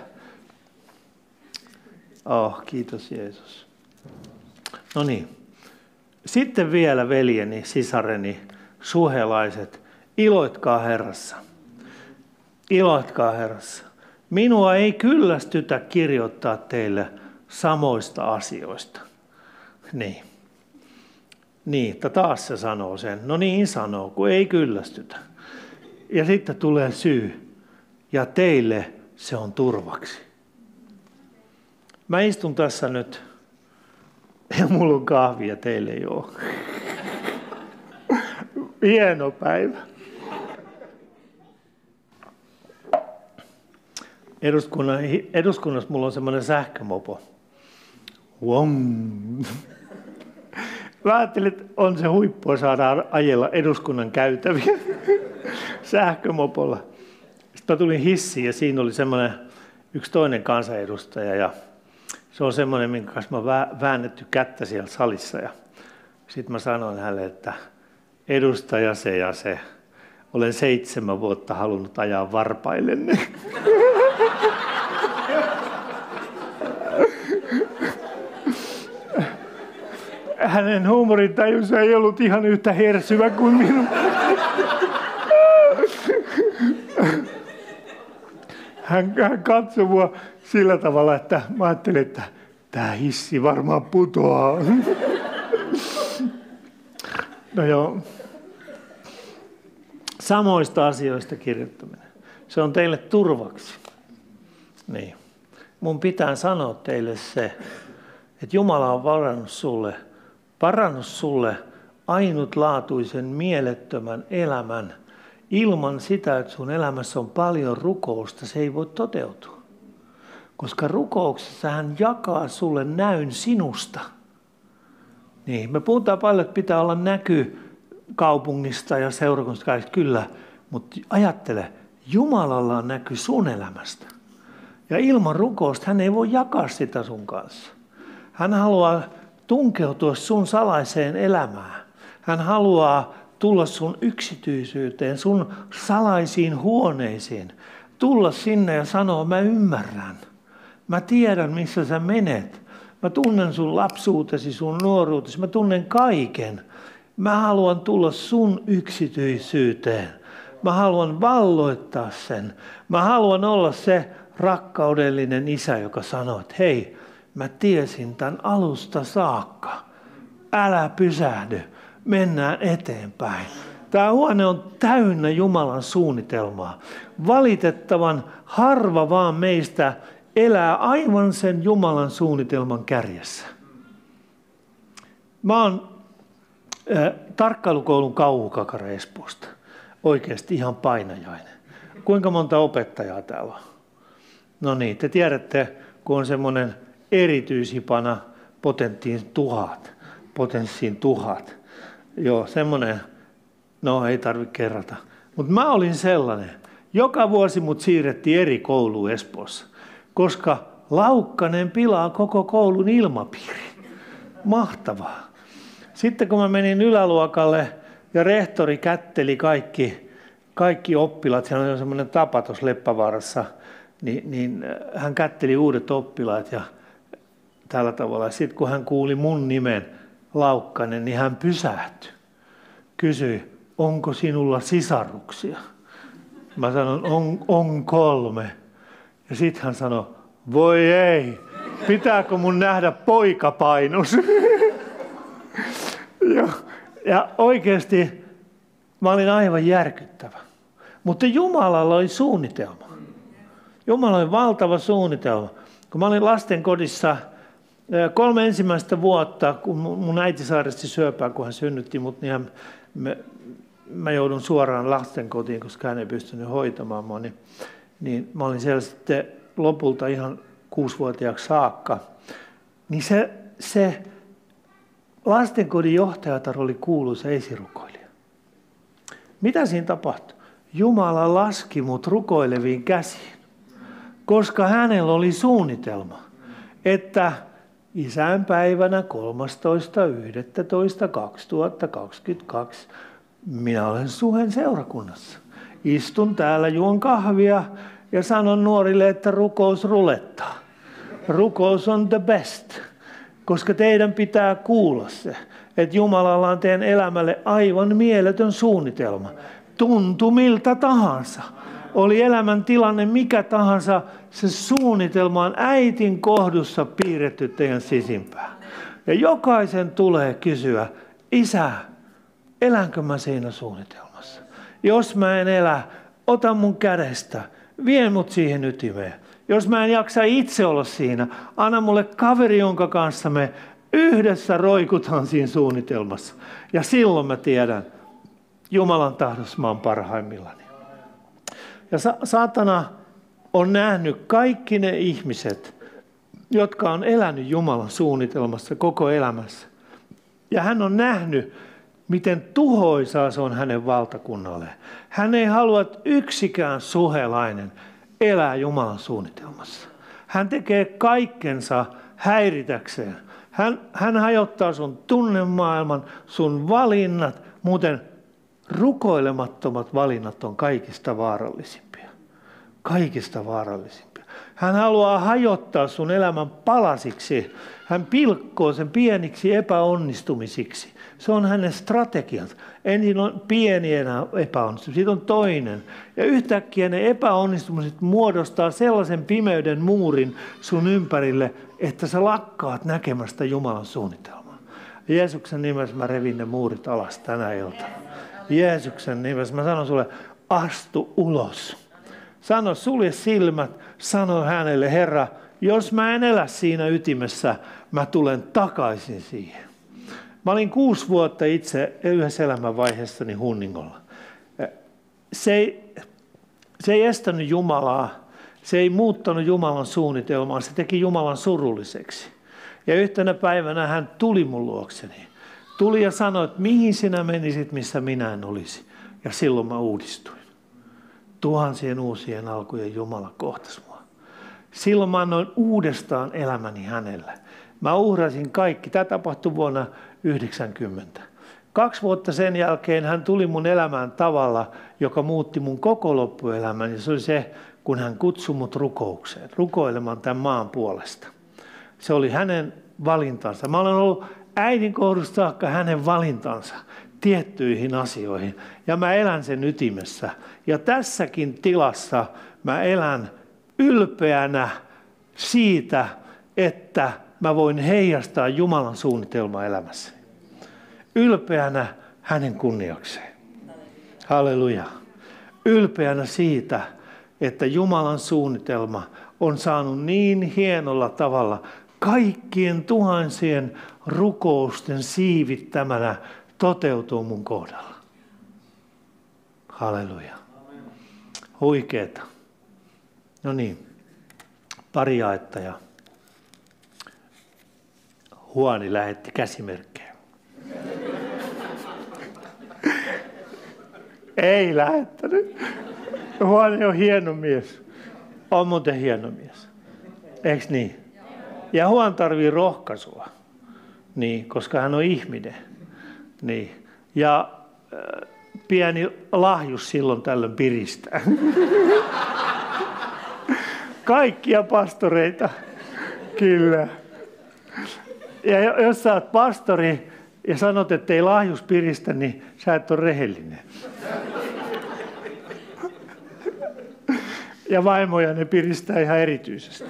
Oh, kiitos Jeesus. No niin. Sitten vielä veljeni, sisareni, suhelaiset, iloitkaa Herrassa. Iloitkaa Herrassa. Minua ei kyllästytä kirjoittaa teille samoista asioista. Niin. Niin, että taas se sanoo sen. No niin sanoo, kun ei kyllästytä. Ja sitten tulee syy. Ja teille se on turvaksi. Mä istun tässä nyt. Ja mulla on kahvia, teille ei ole. Hieno päivä. Eduskunnan, eduskunnassa mulla on semmoinen sähkömopo. Wong. Mä ajattelin, että on se huippua saada ajella eduskunnan käytäviä sähkömopolla. Sitten mä tulin hissiin ja siinä oli semmoinen yksi toinen kansanedustaja ja se on semmoinen, minkä kanssa mä oon väännetty kättä siellä salissa. Ja sitten mä sanoin hänelle, että edustaja se ja se, olen seitsemän vuotta halunnut ajaa varpaillenne. Hänen huumorintajunsa ei ollut ihan yhtä hersyvä kuin minun. Hän, hän katsoi mua sillä tavalla, että mä ajattelin, että tämä hissi varmaan putoaa. No joo. Samoista asioista kirjoittaminen. Se on teille turvaksi. Niin. Mun pitää sanoa teille se, että Jumala on varannut sulle, varannut sulle ainutlaatuisen mielettömän elämän. Ilman sitä, että sun elämässä on paljon rukousta, se ei voi toteutua. Koska rukouksessa hän jakaa sulle näyn sinusta. Niin, me puhutaan paljon, että pitää olla näky kaupungista ja seurakunnasta kaikista. Kyllä, mutta ajattele, Jumalalla on näky sun elämästä. Ja ilman rukousta hän ei voi jakaa sitä sun kanssa. Hän haluaa tunkeutua sun salaiseen elämään. Hän haluaa tulla sun yksityisyyteen, sun salaisiin huoneisiin. Tulla sinne ja sanoa, mä ymmärrän. Mä tiedän, missä sä menet. Mä tunnen sun lapsuutesi, sun nuoruutesi. Mä tunnen kaiken. Mä haluan tulla sun yksityisyyteen. Mä haluan valloittaa sen. Mä haluan olla se rakkaudellinen isä, joka sanoo, että hei, mä tiesin tämän alusta saakka. Älä pysähdy. Mennään eteenpäin. Tämä huone on täynnä Jumalan suunnitelmaa. Valitettavan harva vaan meistä elää aivan sen Jumalan suunnitelman kärjessä. Mä oon äh, tarkkailukoulun kauhukakara Espoosta. Oikeasti ihan painajainen. Kuinka monta opettajaa täällä on? No niin, te tiedätte, kun on semmoinen erityishipana potenttiin tuhat, potenssiin tuhat. Joo, semmoinen, no ei tarvitse kerrata. Mutta mä olin sellainen. Joka vuosi mut siirrettiin eri kouluun Espoossa, koska Laukkanen pilaa koko koulun ilmapiirin. Mahtavaa. Sitten kun mä menin yläluokalle ja rehtori kätteli kaikki, kaikki oppilaat, siellä on semmoinen tapa tuossa Leppävaarassa, niin, niin hän kätteli uudet oppilaat ja tällä tavalla. Sitten kun hän kuuli mun nimen Laukkanen, niin hän pysähtyi. Kysyi, onko sinulla sisaruksia? Mä sanon, on, on kolme. Ja sitten hän sanoi, voi ei, pitääkö mun nähdä poikapainus? ja, ja oikeasti mä olin aivan järkyttävä. Mutta Jumalalla oli suunnitelma. Jumala oli valtava suunnitelma. Kun mä olin lastenkodissa kolme ensimmäistä vuotta, kun mun äiti sairasti syöpää, kun hän synnytti mut, niin hän, me, mä joudun suoraan lastenkotiin, koska hän ei pystynyt hoitamaan mua, niin, niin mä olin siellä sitten lopulta ihan kuusivuotiaaksi saakka. Niin se, se lastenkodin johtajatar oli kuuluisa esirukoilija. Mitä siinä tapahtui? Jumala laski mut rukoileviin käsiin, koska hänellä oli suunnitelma, että isänpäivänä kolmastoista yhdestoista kaksituhattakaksikymmentäkaksi minä olen Suhen seurakunnassa. Istun täällä, juon kahvia ja sanon nuorille, että rukous rulettaa. Rukous on the best, koska teidän pitää kuulla se, että Jumalalla on teidän elämälle aivan mieletön suunnitelma. Tuntui miltä tahansa. Oli elämän tilanne mikä tahansa, se suunnitelma on äitin kohdussa piirretty teidän sisimpään. Ja jokaisen tulee kysyä, isä, elänkö mä siinä suunnitelmassa? Jos mä en elä, ota mun kädestä, vie mut siihen ytimeen. Jos mä en jaksa itse olla siinä, anna mulle kaveri, jonka kanssa me yhdessä roikutaan siinä suunnitelmassa. Ja silloin mä tiedän, Jumalan tahdossa mä oon parhaimmillani. Ja sa- saatana on nähnyt kaikki ne ihmiset, jotka on elänyt Jumalan suunnitelmassa koko elämässä. Ja hän on nähnyt, miten tuhoisaa se on hänen valtakunnalleen. Hän ei halua, että yksikään suhelainen elää Jumalan suunnitelmassa. Hän tekee kaikkensa häiritäkseen. Hän, hän hajottaa sun tunnemaailman, sun valinnat. Muuten rukoilemattomat valinnat on kaikista vaarallisimpia. Kaikista vaarallisimpia. Hän haluaa hajottaa sun elämän palasiksi. Hän pilkkoo sen pieniksi epäonnistumisiksi. Se on hänen strategiansa. Ensin on pieni epäonnistuminen, sitten on toinen. Ja yhtäkkiä ne epäonnistumiset muodostaa sellaisen pimeyden muurin sun ympärille, että sä lakkaat näkemästä Jumalan suunnitelmaa. Jeesuksen nimessä mä revin ne muurit alas tänä iltana. Jeesuksen nimessä mä sanon sulle, astu ulos. Sano, sulje silmät, sano hänelle, Herra, jos mä en elä siinä ytimessä, mä tulen takaisin siihen. Mä olin kuusi vuotta itse yhdessä elämänvaiheessani Hunningolla. Se ei, se ei estänyt Jumalaa, se ei muuttanut Jumalan suunnitelmaa, se teki Jumalan surulliseksi. Ja yhtenä päivänä hän tuli mun luokseni. Tuli ja sanoi, että mihin sinä menisit, missä minä en olisi. Ja silloin mä uudistuin. Tuhansien uusien alkujen Jumala kohtasi mua. Silloin mä annoin uudestaan elämäni hänelle. Mä uhrasin kaikki. Tämä tapahtui vuonna yhdeksänkymmentä. Kaksi vuotta sen jälkeen hän tuli mun elämään tavalla, joka muutti mun koko loppuelämän. Ja se oli se, kun hän kutsui mut rukoukseen, rukoilemaan tämän maan puolesta. Se oli hänen valintansa. Mä olen ollut äidin kohdusta saakka hänen valintansa tiettyihin asioihin. Ja mä elän sen ytimessä. Ja tässäkin tilassa mä elän ylpeänä siitä, että mä voin heijastaa Jumalan suunnitelmaa elämässä. Ylpeänä hänen kunniakseen. Halleluja. Ylpeänä siitä, että Jumalan suunnitelma on saanut niin hienolla tavalla kaikkien tuhansien rukousten siivittämänä toteutuu mun kohdalla. Halleluja. Huikeeta. No niin, pari jaetta ja Huoni lähetti käsimerkkejä. Ei lähettänyt. Huoni on hieno mies. On muuten hieno mies. Eiks niin? Ja Huon tarvii rohkaisua. Niin, koska hän on ihminen. Niin. Ja äh, pieni lahjus silloin tällöin piristää. Kaikkia pastoreita. Kyllä. Ja jos sä oot pastori ja sanot, että ei lahjus piristä, niin sä et ole rehellinen. Ja vaimoja ne piristää ihan erityisesti.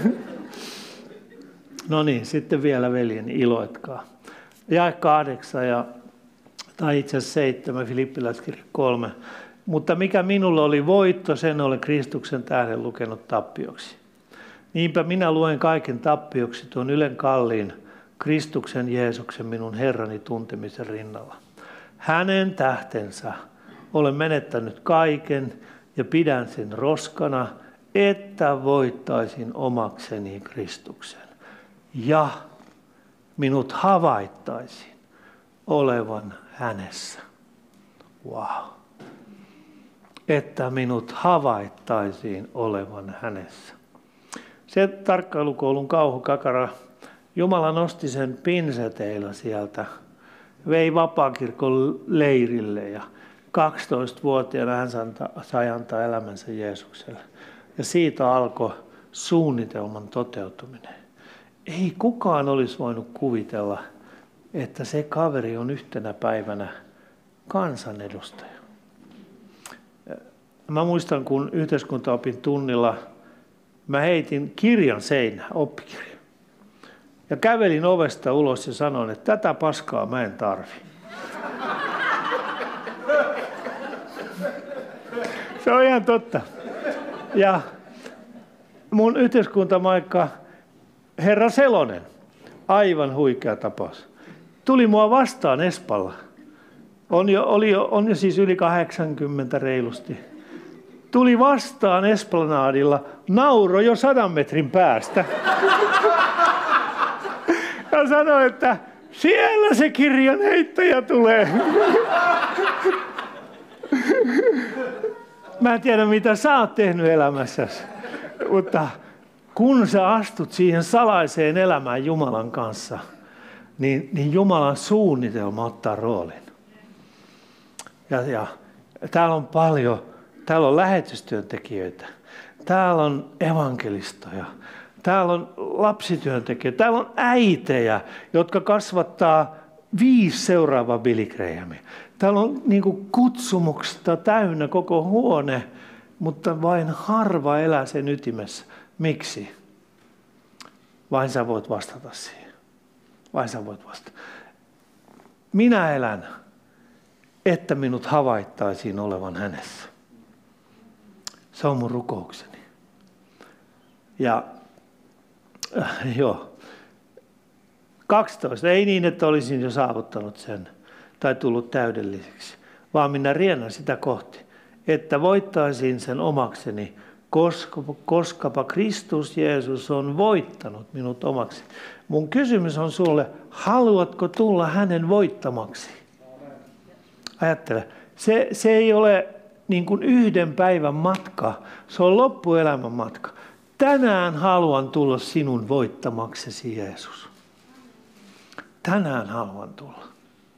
No niin, sitten vielä veljeni, iloitkaa. Jae kahdeksan ja, tai itse asiassa seitsemän, Filippiläiskirja kolme. Mutta mikä minulle oli voitto, sen olen Kristuksen tähden lukenut tappioksi. Niinpä minä luen kaiken tappioksi tuon ylen kalliin Kristuksen Jeesuksen minun Herrani tuntemisen rinnalla. Hänen tähtensä olen menettänyt kaiken ja pidän sen roskana, että voittaisin omakseni Kristuksen. Ja minut havaittaisiin olevan hänessä. Wow. Että minut havaittaisiin olevan hänessä. Se tarkkailukoulun kauhukakara, Jumala nosti sen pinseteillä sieltä, vei vapaakirkon leirille ja kaksitoistavuotiaana hän sai antaa elämänsä Jeesukselle. Ja siitä alkoi suunnitelman toteutuminen. Ei kukaan olisi voinut kuvitella, että se kaveri on yhtenä päivänä kansanedustaja. Mä muistan, kun yhteiskuntaopin tunnilla mä heitin kirjan seinään, oppikirjan. Ja kävelin ovesta ulos ja sanoin, että tätä paskaa mä en tarvi. Se on ihan totta. Ja mun yhteiskuntamaikka, herra Selonen, aivan huikea tapaus, tuli mua vastaan Espalla. On jo, oli jo, on jo siis yli kahdeksankymmentä reilusti. Tuli vastaan Esplanadilla, nauro jo sadan metrin päästä. Ja sanoi, että siellä se kirjan heittäjä tulee. Mä en tiedä, mitä sä oot tehnyt elämässäsi, mutta kun sä astut siihen salaiseen elämään Jumalan kanssa, niin, niin Jumalan suunnitelma ottaa roolin. Ja, ja täällä on paljon, täällä on lähetystyöntekijöitä, täällä on evankelistoja, täällä on lapsityöntekijöitä, täällä on äitejä, jotka kasvattaa viisi seuraavaa Billy Grahamia. Täällä on niin kuin kutsumuksesta täynnä koko huone, mutta vain harva elää sen ytimessä. Miksi? Vain sä voit vastata siihen. Vain sä voit vastata. Minä elän, että minut havaittaisiin olevan hänessä. Se on mun rukoukseni. Ja äh, joo. kaksitoista. Ei niin, että olisin jo saavuttanut sen tai tullut täydelliseksi, vaan minä riennän sitä kohti, että voittaisin sen omakseni, koska, koskapa Kristus Jeesus on voittanut minut omaksi. Mun kysymys on sulle, haluatko tulla hänen voittamaksi? Ajattele, se, se ei ole niin kuin yhden päivän matka, se on loppuelämän matka. Tänään haluan tulla sinun voittamaksesi, Jeesus. Tänään haluan tulla.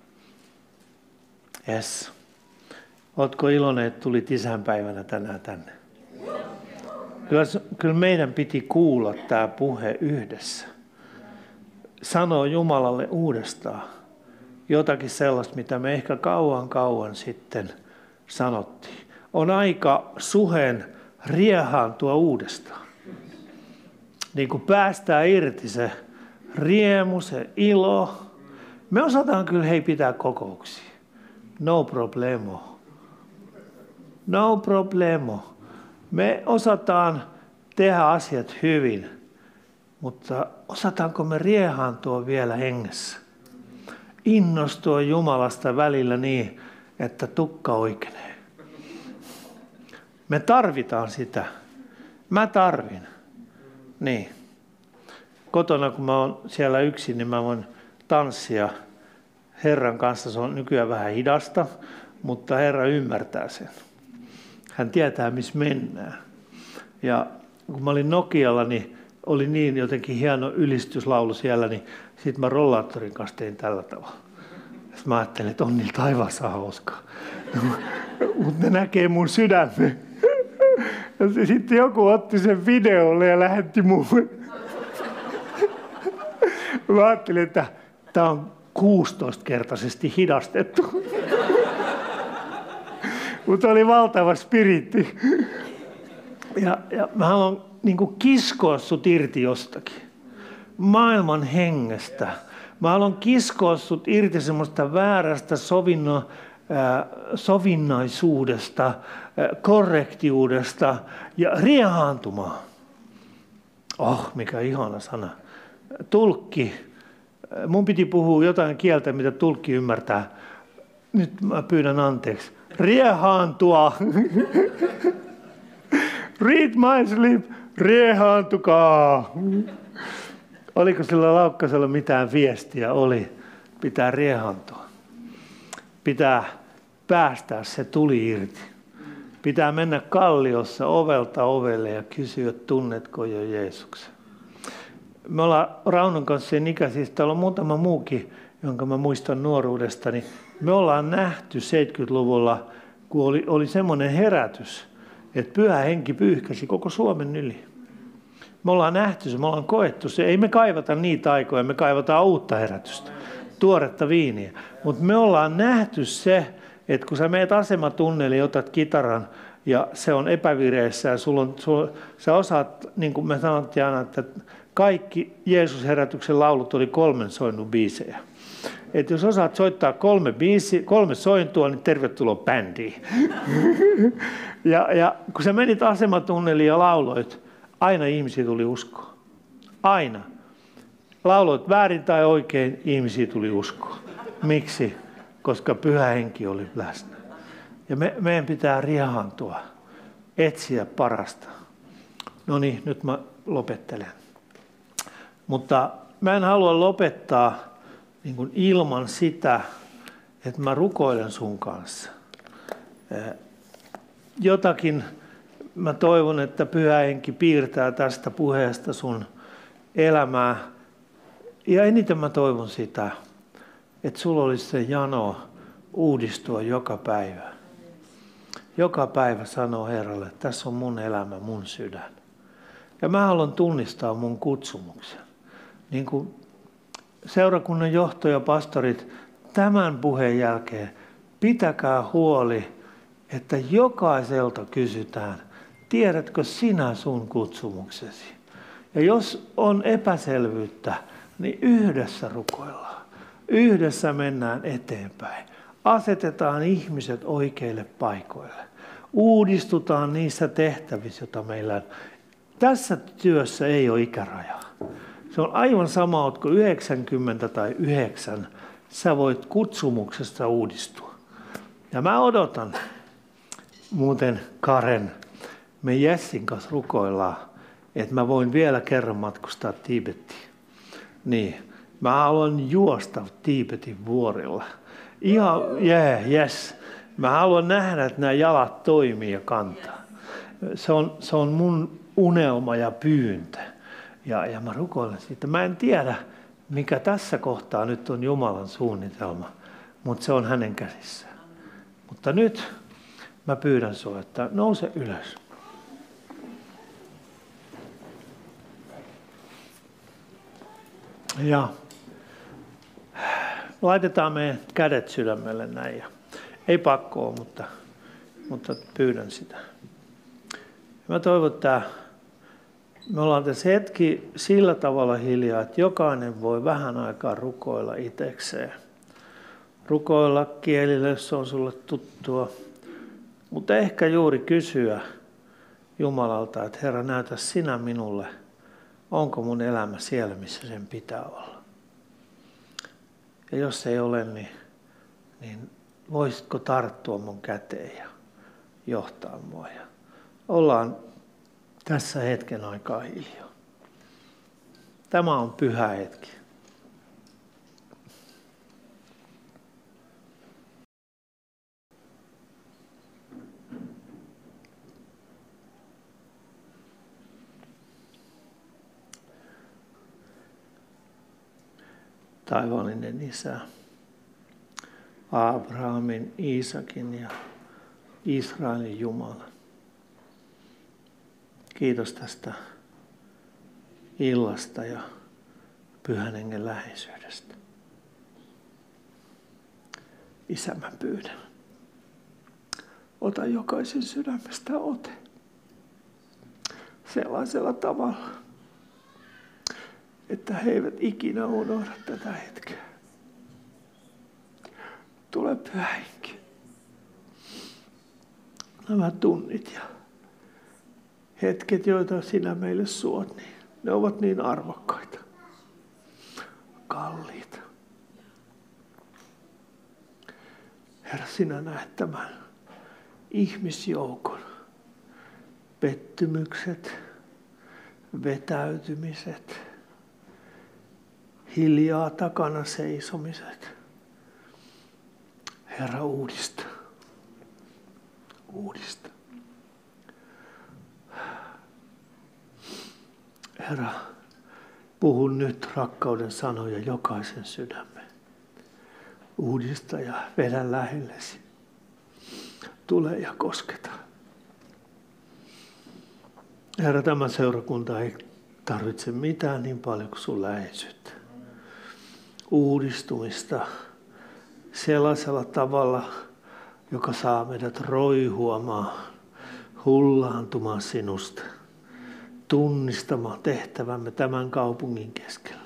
Jes. Ootko iloinen, että tulit isänpäivänä tänään tänne? Kyllä, kyllä meidän piti kuulla tämä puhe yhdessä. Sanoo Jumalalle uudestaan jotakin sellaista, mitä me ehkä kauan kauan sitten sanottiin. On aika Suhen riehaantua uudestaan. Niin kuin päästään irti se riemu, se ilo. Me osataan kyllä hei pitää kokouksia. No problemo. No problemo. Me osataan tehdä asiat hyvin, mutta osataanko me riehaantua vielä hengessä? Innostua Jumalasta välillä niin, että tukka oikenee. Me tarvitaan sitä. Mä tarvin. Niin. kotona, kun mä oon siellä yksin, niin mä voin tanssia Herran kanssa. Se on nykyään vähän hidasta, mutta Herra ymmärtää sen. Hän tietää, missä mennään. Ja kun mä olin Nokialla, niin oli niin jotenkin hieno ylistyslaulu siellä, niin sitten mä rollaattorin kanssa tein tällä tavalla. Sitten mä ajattelin, että on niillä taivaassa hauskaa. Mutta ne näkee mun sydämen. Ja sitten joku otti sen videolle ja lähetti mulle. Mä ajattelin, että tää on kuusitoistakertaisesti hidastettu. Mutta oli valtava spiritti. Ja, ja mä haluan niin kuin kiskoa sut irti jostakin. Maailman hengestä. Mä haluan kiskoa sut irti semmoista väärästä sovinno, äh, sovinnaisuudesta, äh, korrektiudesta ja riehaantumaan. Oh, mikä ihana sana. Tulkki. Mun piti puhua jotain kieltä, mitä tulkki ymmärtää. Nyt mä pyydän anteeksi. Riehaantua. Read my sleep. Riehaantukaa. Oliko sillä Laukkasella mitään viestiä? Oli. Pitää riehaantua. Pitää päästää se tuli irti. Pitää mennä kalliossa ovelta ovelle ja kysyä, tunnetko jo Jeesuksen. Me ollaan Raunon kanssa sen ikäisiä, täällä on muutama muukin, jonka mä muistan nuoruudestani. Me ollaan nähty seitsemänkymmentäluvulla, kun oli, oli semmoinen herätys, että Pyhä Henki pyyhkäsi koko Suomen yli. Me ollaan nähty se, me ollaan koettu se. Ei me kaivata niitä aikoja, me kaivataan uutta herätystä, tuoretta viiniä. Mutta me ollaan nähty se, että kun sä meet asematunneliin, otat kitaran ja se on epävireessä ja sulla on, sulla, sä osaat, niin kuin me sanottiin aina, että kaikki Jeesus-herätyksen laulut oli kolmen soinnun biisejä. Että jos osaat soittaa kolme, biisi, kolme sointua, niin tervetuloa bändiin. ja, ja kun sä menit asematunneliin ja lauloit, aina ihmisiä tuli uskoa. Aina. Lauloit väärin tai oikein, ihmisiä tuli uskoa. Miksi? Koska Pyhä Henki oli läsnä. Ja me, meidän pitää riehaantua, etsiä parasta. No niin, nyt mä lopettelen. Mutta mä en halua lopettaa niin kuin ilman sitä, että mä rukoilen sun kanssa. Jotakin mä toivon, että Pyhä Henki piirtää tästä puheesta sun elämää. Ja eniten mä toivon sitä, että sulla olisi se jano uudistua joka päivä. Joka päivä sanoo Herralle, että tässä on mun elämä, mun sydän. Ja mä haluan tunnistaa mun kutsumuksen. Niin kuin seurakunnan johto ja pastorit tämän puheen jälkeen, pitäkää huoli, että jokaiselta kysytään, tiedätkö sinä sun kutsumuksesi? Ja jos on epäselvyyttä, niin yhdessä rukoillaan. Yhdessä mennään eteenpäin. Asetetaan ihmiset oikeille paikoille. Uudistutaan niissä tehtävissä, joita meillä on. Tässä työssä ei ole ikärajaa. Se on aivan sama, oletko yhdeksänkymmentä tai yhdeksän. Sä voit kutsumuksesta uudistua. Ja mä odotan, muuten Karen, me Jessin kanssa rukoillaan, että mä voin vielä kerran matkustaa Tiibettiin. Niin, mä haluan juosta Tiibetin vuorilla. Ihan, yeah, yes. Mä haluan nähdä, että nämä jalat toimii ja kantaa. Se on, se on mun unelma ja pyyntö. Ja, ja mä rukoilen siitä. Mä en tiedä, mikä tässä kohtaa nyt on Jumalan suunnitelma, mutta se on hänen käsissään. Mutta nyt mä pyydän sinua, että nouse ylös. Ja laitetaan meidän kädet sydämelle näin. Ja ei pakkoa, mutta, mutta pyydän sitä. Mä toivon, että me ollaan tässä hetki sillä tavalla hiljaa, että jokainen voi vähän aikaa rukoilla itsekseen. Rukoilla kielillä, jos se on sulle tuttua. Mutta ehkä juuri kysyä Jumalalta, että Herra, näytä sinä minulle, onko mun elämä siellä, missä sen pitää olla. Ja jos ei ole, niin, niin voisitko tarttua mun käteen ja johtaa mua. Ja ollaan tässä hetken aikaa hiljaa. Tämä on pyhä hetki. Taivaallinen Isä, Abrahamin, Iisakin ja Israelin Jumala. Kiitos tästä illasta ja Pyhän Hengen läheisyydestä. Isä, mä pyydän, ota jokaisen sydämestä ote sellaisella tavalla, että he eivät ikinä unohda tätä hetkeä. Tule Pyhä Henki. Nämä tunnit ja hetket, joita sinä meille suot, niin ne ovat niin arvokkaita, kalliita. Herra, sinä näet tämän ihmisjoukon pettymykset, vetäytymiset, hiljaa takana seisomiset. Herra, uudista. Uudista. Herra, puhun nyt rakkauden sanoja jokaisen sydämeen. Uudista ja vedä lähellesi. Tule ja kosketa. Herra, tämä seurakunta ei tarvitse mitään niin paljon kuin sun läheisyyttä. Uudistumista sellaisella tavalla, joka saa meidät roihuamaan, hullaantumaan sinusta, tunnistamaan tehtävämme tämän kaupungin keskellä.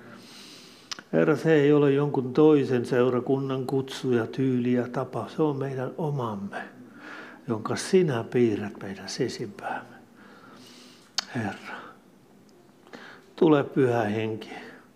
Herra, se ei ole jonkun toisen seurakunnan kutsu ja tyyli ja tapa, se on meidän omamme, jonka sinä piirrät meidän sisimpäämme. Herra, tule Pyhä Henki,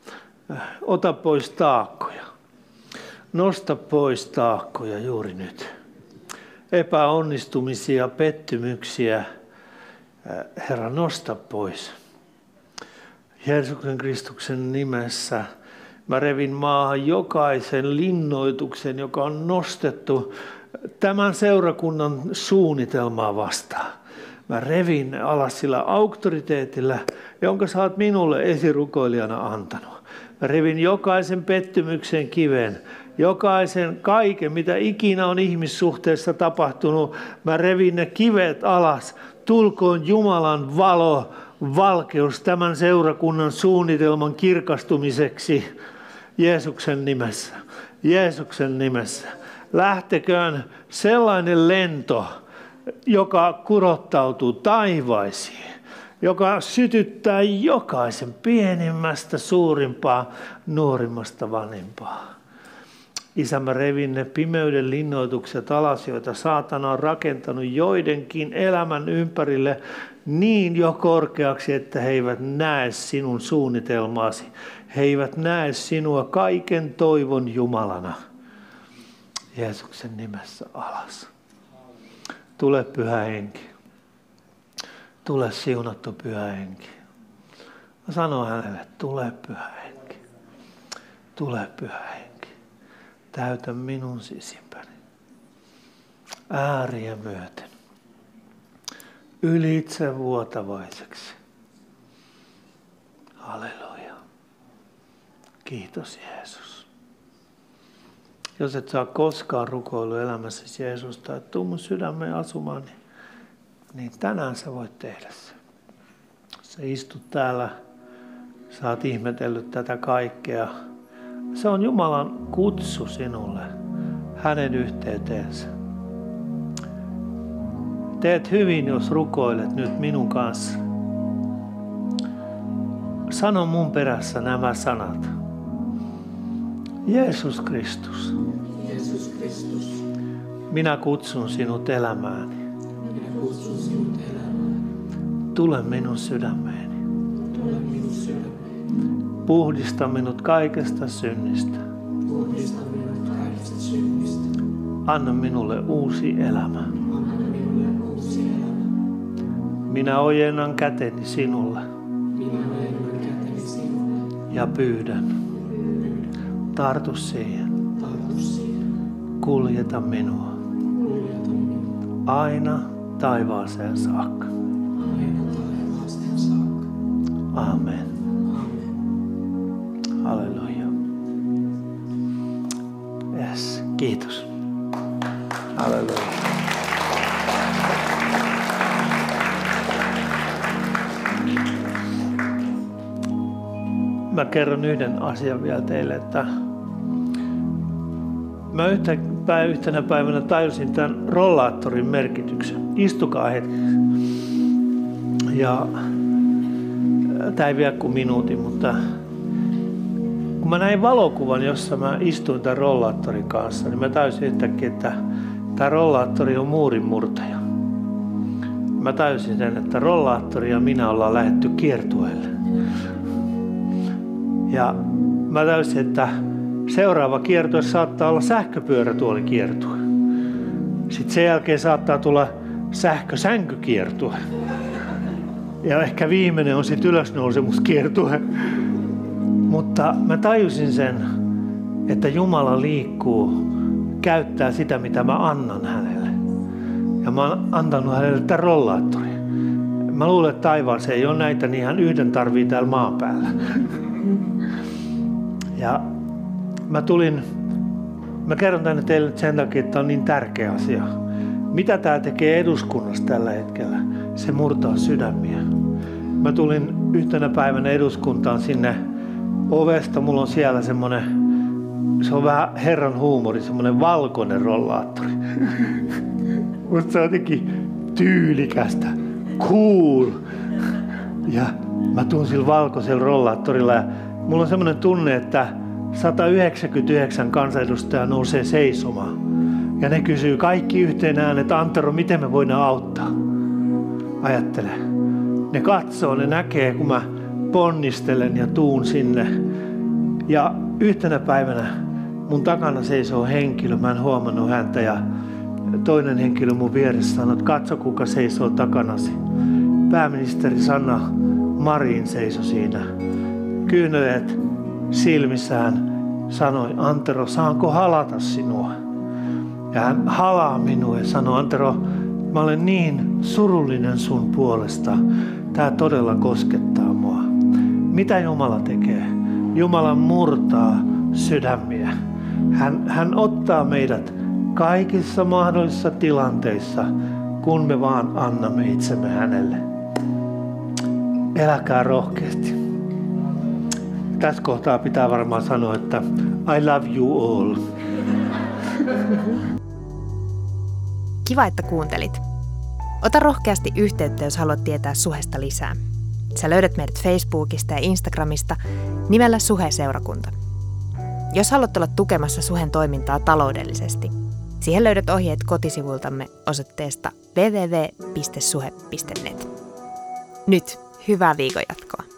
ota pois taakkoja, nosta pois taakkoja juuri nyt. Epäonnistumisia, pettymyksiä, Herra, nosta pois. Jeesuksen Kristuksen nimessä mä revin maahan jokaisen linnoituksen, joka on nostettu tämän seurakunnan suunnitelmaa vastaan. Mä revin alas sillä auktoriteetilla, jonka sä oot minulle esirukoilijana antanut. Mä revin jokaisen pettymyksen kiven, jokaisen kaiken, mitä ikinä on ihmissuhteessa tapahtunut. Mä revin ne kivet alas. Tulkoon Jumalan valo, valkeus tämän seurakunnan suunnitelman kirkastumiseksi Jeesuksen nimessä. Jeesuksen nimessä. Lähteköön sellainen lento, joka kurottautuu taivaisiin, joka sytyttää jokaisen pienimmästä suurimpaa, nuorimmasta vanhimpaa. Isä, mä revin ne pimeyden linnoitukset alas, joita saatana on rakentanut joidenkin elämän ympärille niin jo korkeaksi, että he eivät näe sinun suunnitelmaasi. He eivät näe sinua kaiken toivon Jumalana. Jeesuksen nimessä alas. Tule Pyhä Henki. Tule siunattu Pyhä Henki. Mä sanon hänelle, tule Pyhä Henki. Tule Pyhä Henki. Täytä minun sisimpäni. Ääriä myöten. Ylitse vuotavaiseksi. Halleluja. Kiitos Jeesus. Jos et saa koskaan rukoillut elämässäsi Jeesusta, että tuu mun sydämeen asumaan, niin, niin tänään sä voit tehdä se. Sä istut täällä, sä oot ihmetellyt tätä kaikkea. Se on Jumalan kutsu sinulle, hänen yhteyteensä. Teet hyvin, jos rukoilet nyt minun kanssa. Sano mun perässä nämä sanat. Jeesus Kristus. Jeesus Kristus. Minä kutsun sinut elämääni. Minä kutsun sinut elämään. Tule minun sydämeeni. Tule minun sydämeeni. Puhdista minut kaikesta synnistä. Puhdista minut kaikesta synnistä. Anna minulle uusi elämä. Anna minulle uusi elämä. Minä ojennan käteni sinulle. Minä ojennan käteni sinulle. ja pyydän. Tartu siihen. Tartu siihen. Kuljeta minua. Kuljeta minua. Aina taivaaseen saakka. Aina taivaaseen saakka. Amen. Amen. Halleluja. Yes. Kiitos. Halleluja. Mä kerron yhden asian vielä teille, että mä yhtä, yhtenä päivänä tajusin tämän rollaattorin merkityksen. Istukaa hetkeksi. Ja tää ei vie kuin minuutin, mutta kun mä näin valokuvan, jossa mä istuin tämän rollaattorin kanssa, niin mä tajusin yhtäkkiä, että tämä rollaattori on muurinmurtaja. Mä tajusin sen, että rollaattori ja minä ollaan lähdetty kiertueelle. Ja mä tajusin, että seuraava kiertue saattaa olla sähköpyörätuolikiertue. Sitten sen jälkeen saattaa tulla sähkösänkykiertue. Ja ehkä viimeinen on sitten ylösnousemuskiertue. Mutta mä tajusin sen, että Jumala liikkuu, käyttää sitä, mitä mä annan hänelle. Ja mä oon antanut hänelle tämän rollaattorin. Mä luulen, että taivaassa ei ole näitä, niin hän yhden tarvii täällä maan päällä. Ja mä tulin, mä kerron tänne teille sen takia, että on niin tärkeä asia. Mitä tää tekee eduskunnassa tällä hetkellä? Se murtaa sydämiä. Mä tulin yhtenä päivänä eduskuntaan sinne ovesta. Mulla on siellä semmonen, se on vähän herran huumori, semmonen valkoinen rollaattori. Musta se on jotenkin tyylikästä, cool. Ja mä tuun sillä valkoisella rollaattorilla ja mulla on semmoinen tunne, että sata yhdeksänkymmentäyhdeksän kansanedustajaa nousee seisomaan. Ja ne kysyy kaikki yhteen ääneen, että Antero, miten me voidaan auttaa? Ajattele. Ne katsoo, ne näkee, kun mä ponnistelen ja tuun sinne. Ja yhtenä päivänä mun takana seisoo henkilö, mä en huomannut häntä. Ja toinen henkilö mun vieressä sanoi, että katso kuka seisoo takanasi. Pääministeri Sanna Marin seisoi siinä. Kyyneleet silmissään sanoi, Antero, saanko halata sinua? Ja hän halaa minua ja sanoi, Antero, mä olen niin surullinen sun puolesta. Tää todella koskettaa mua. Mitä Jumala tekee? Jumala murtaa sydämiä. Hän, hän ottaa meidät kaikissa mahdollisissa tilanteissa, kun me vaan annamme itsemme hänelle. Eläkää rohkeasti. Tässä kohtaa pitää varmaan sanoa, että I love you all. Kiva, että kuuntelit. Ota rohkeasti yhteyttä, jos haluat tietää Suhesta lisää. Sä löydät meidät Facebookista ja Instagramista nimellä Suhe-seurakunta. Jos haluat olla tukemassa Suhen toimintaa taloudellisesti, siihen löydät ohjeet kotisivuiltamme osoitteesta double-u double-u double-u piste suhe piste net. Nyt hyvää viikon jatkoa.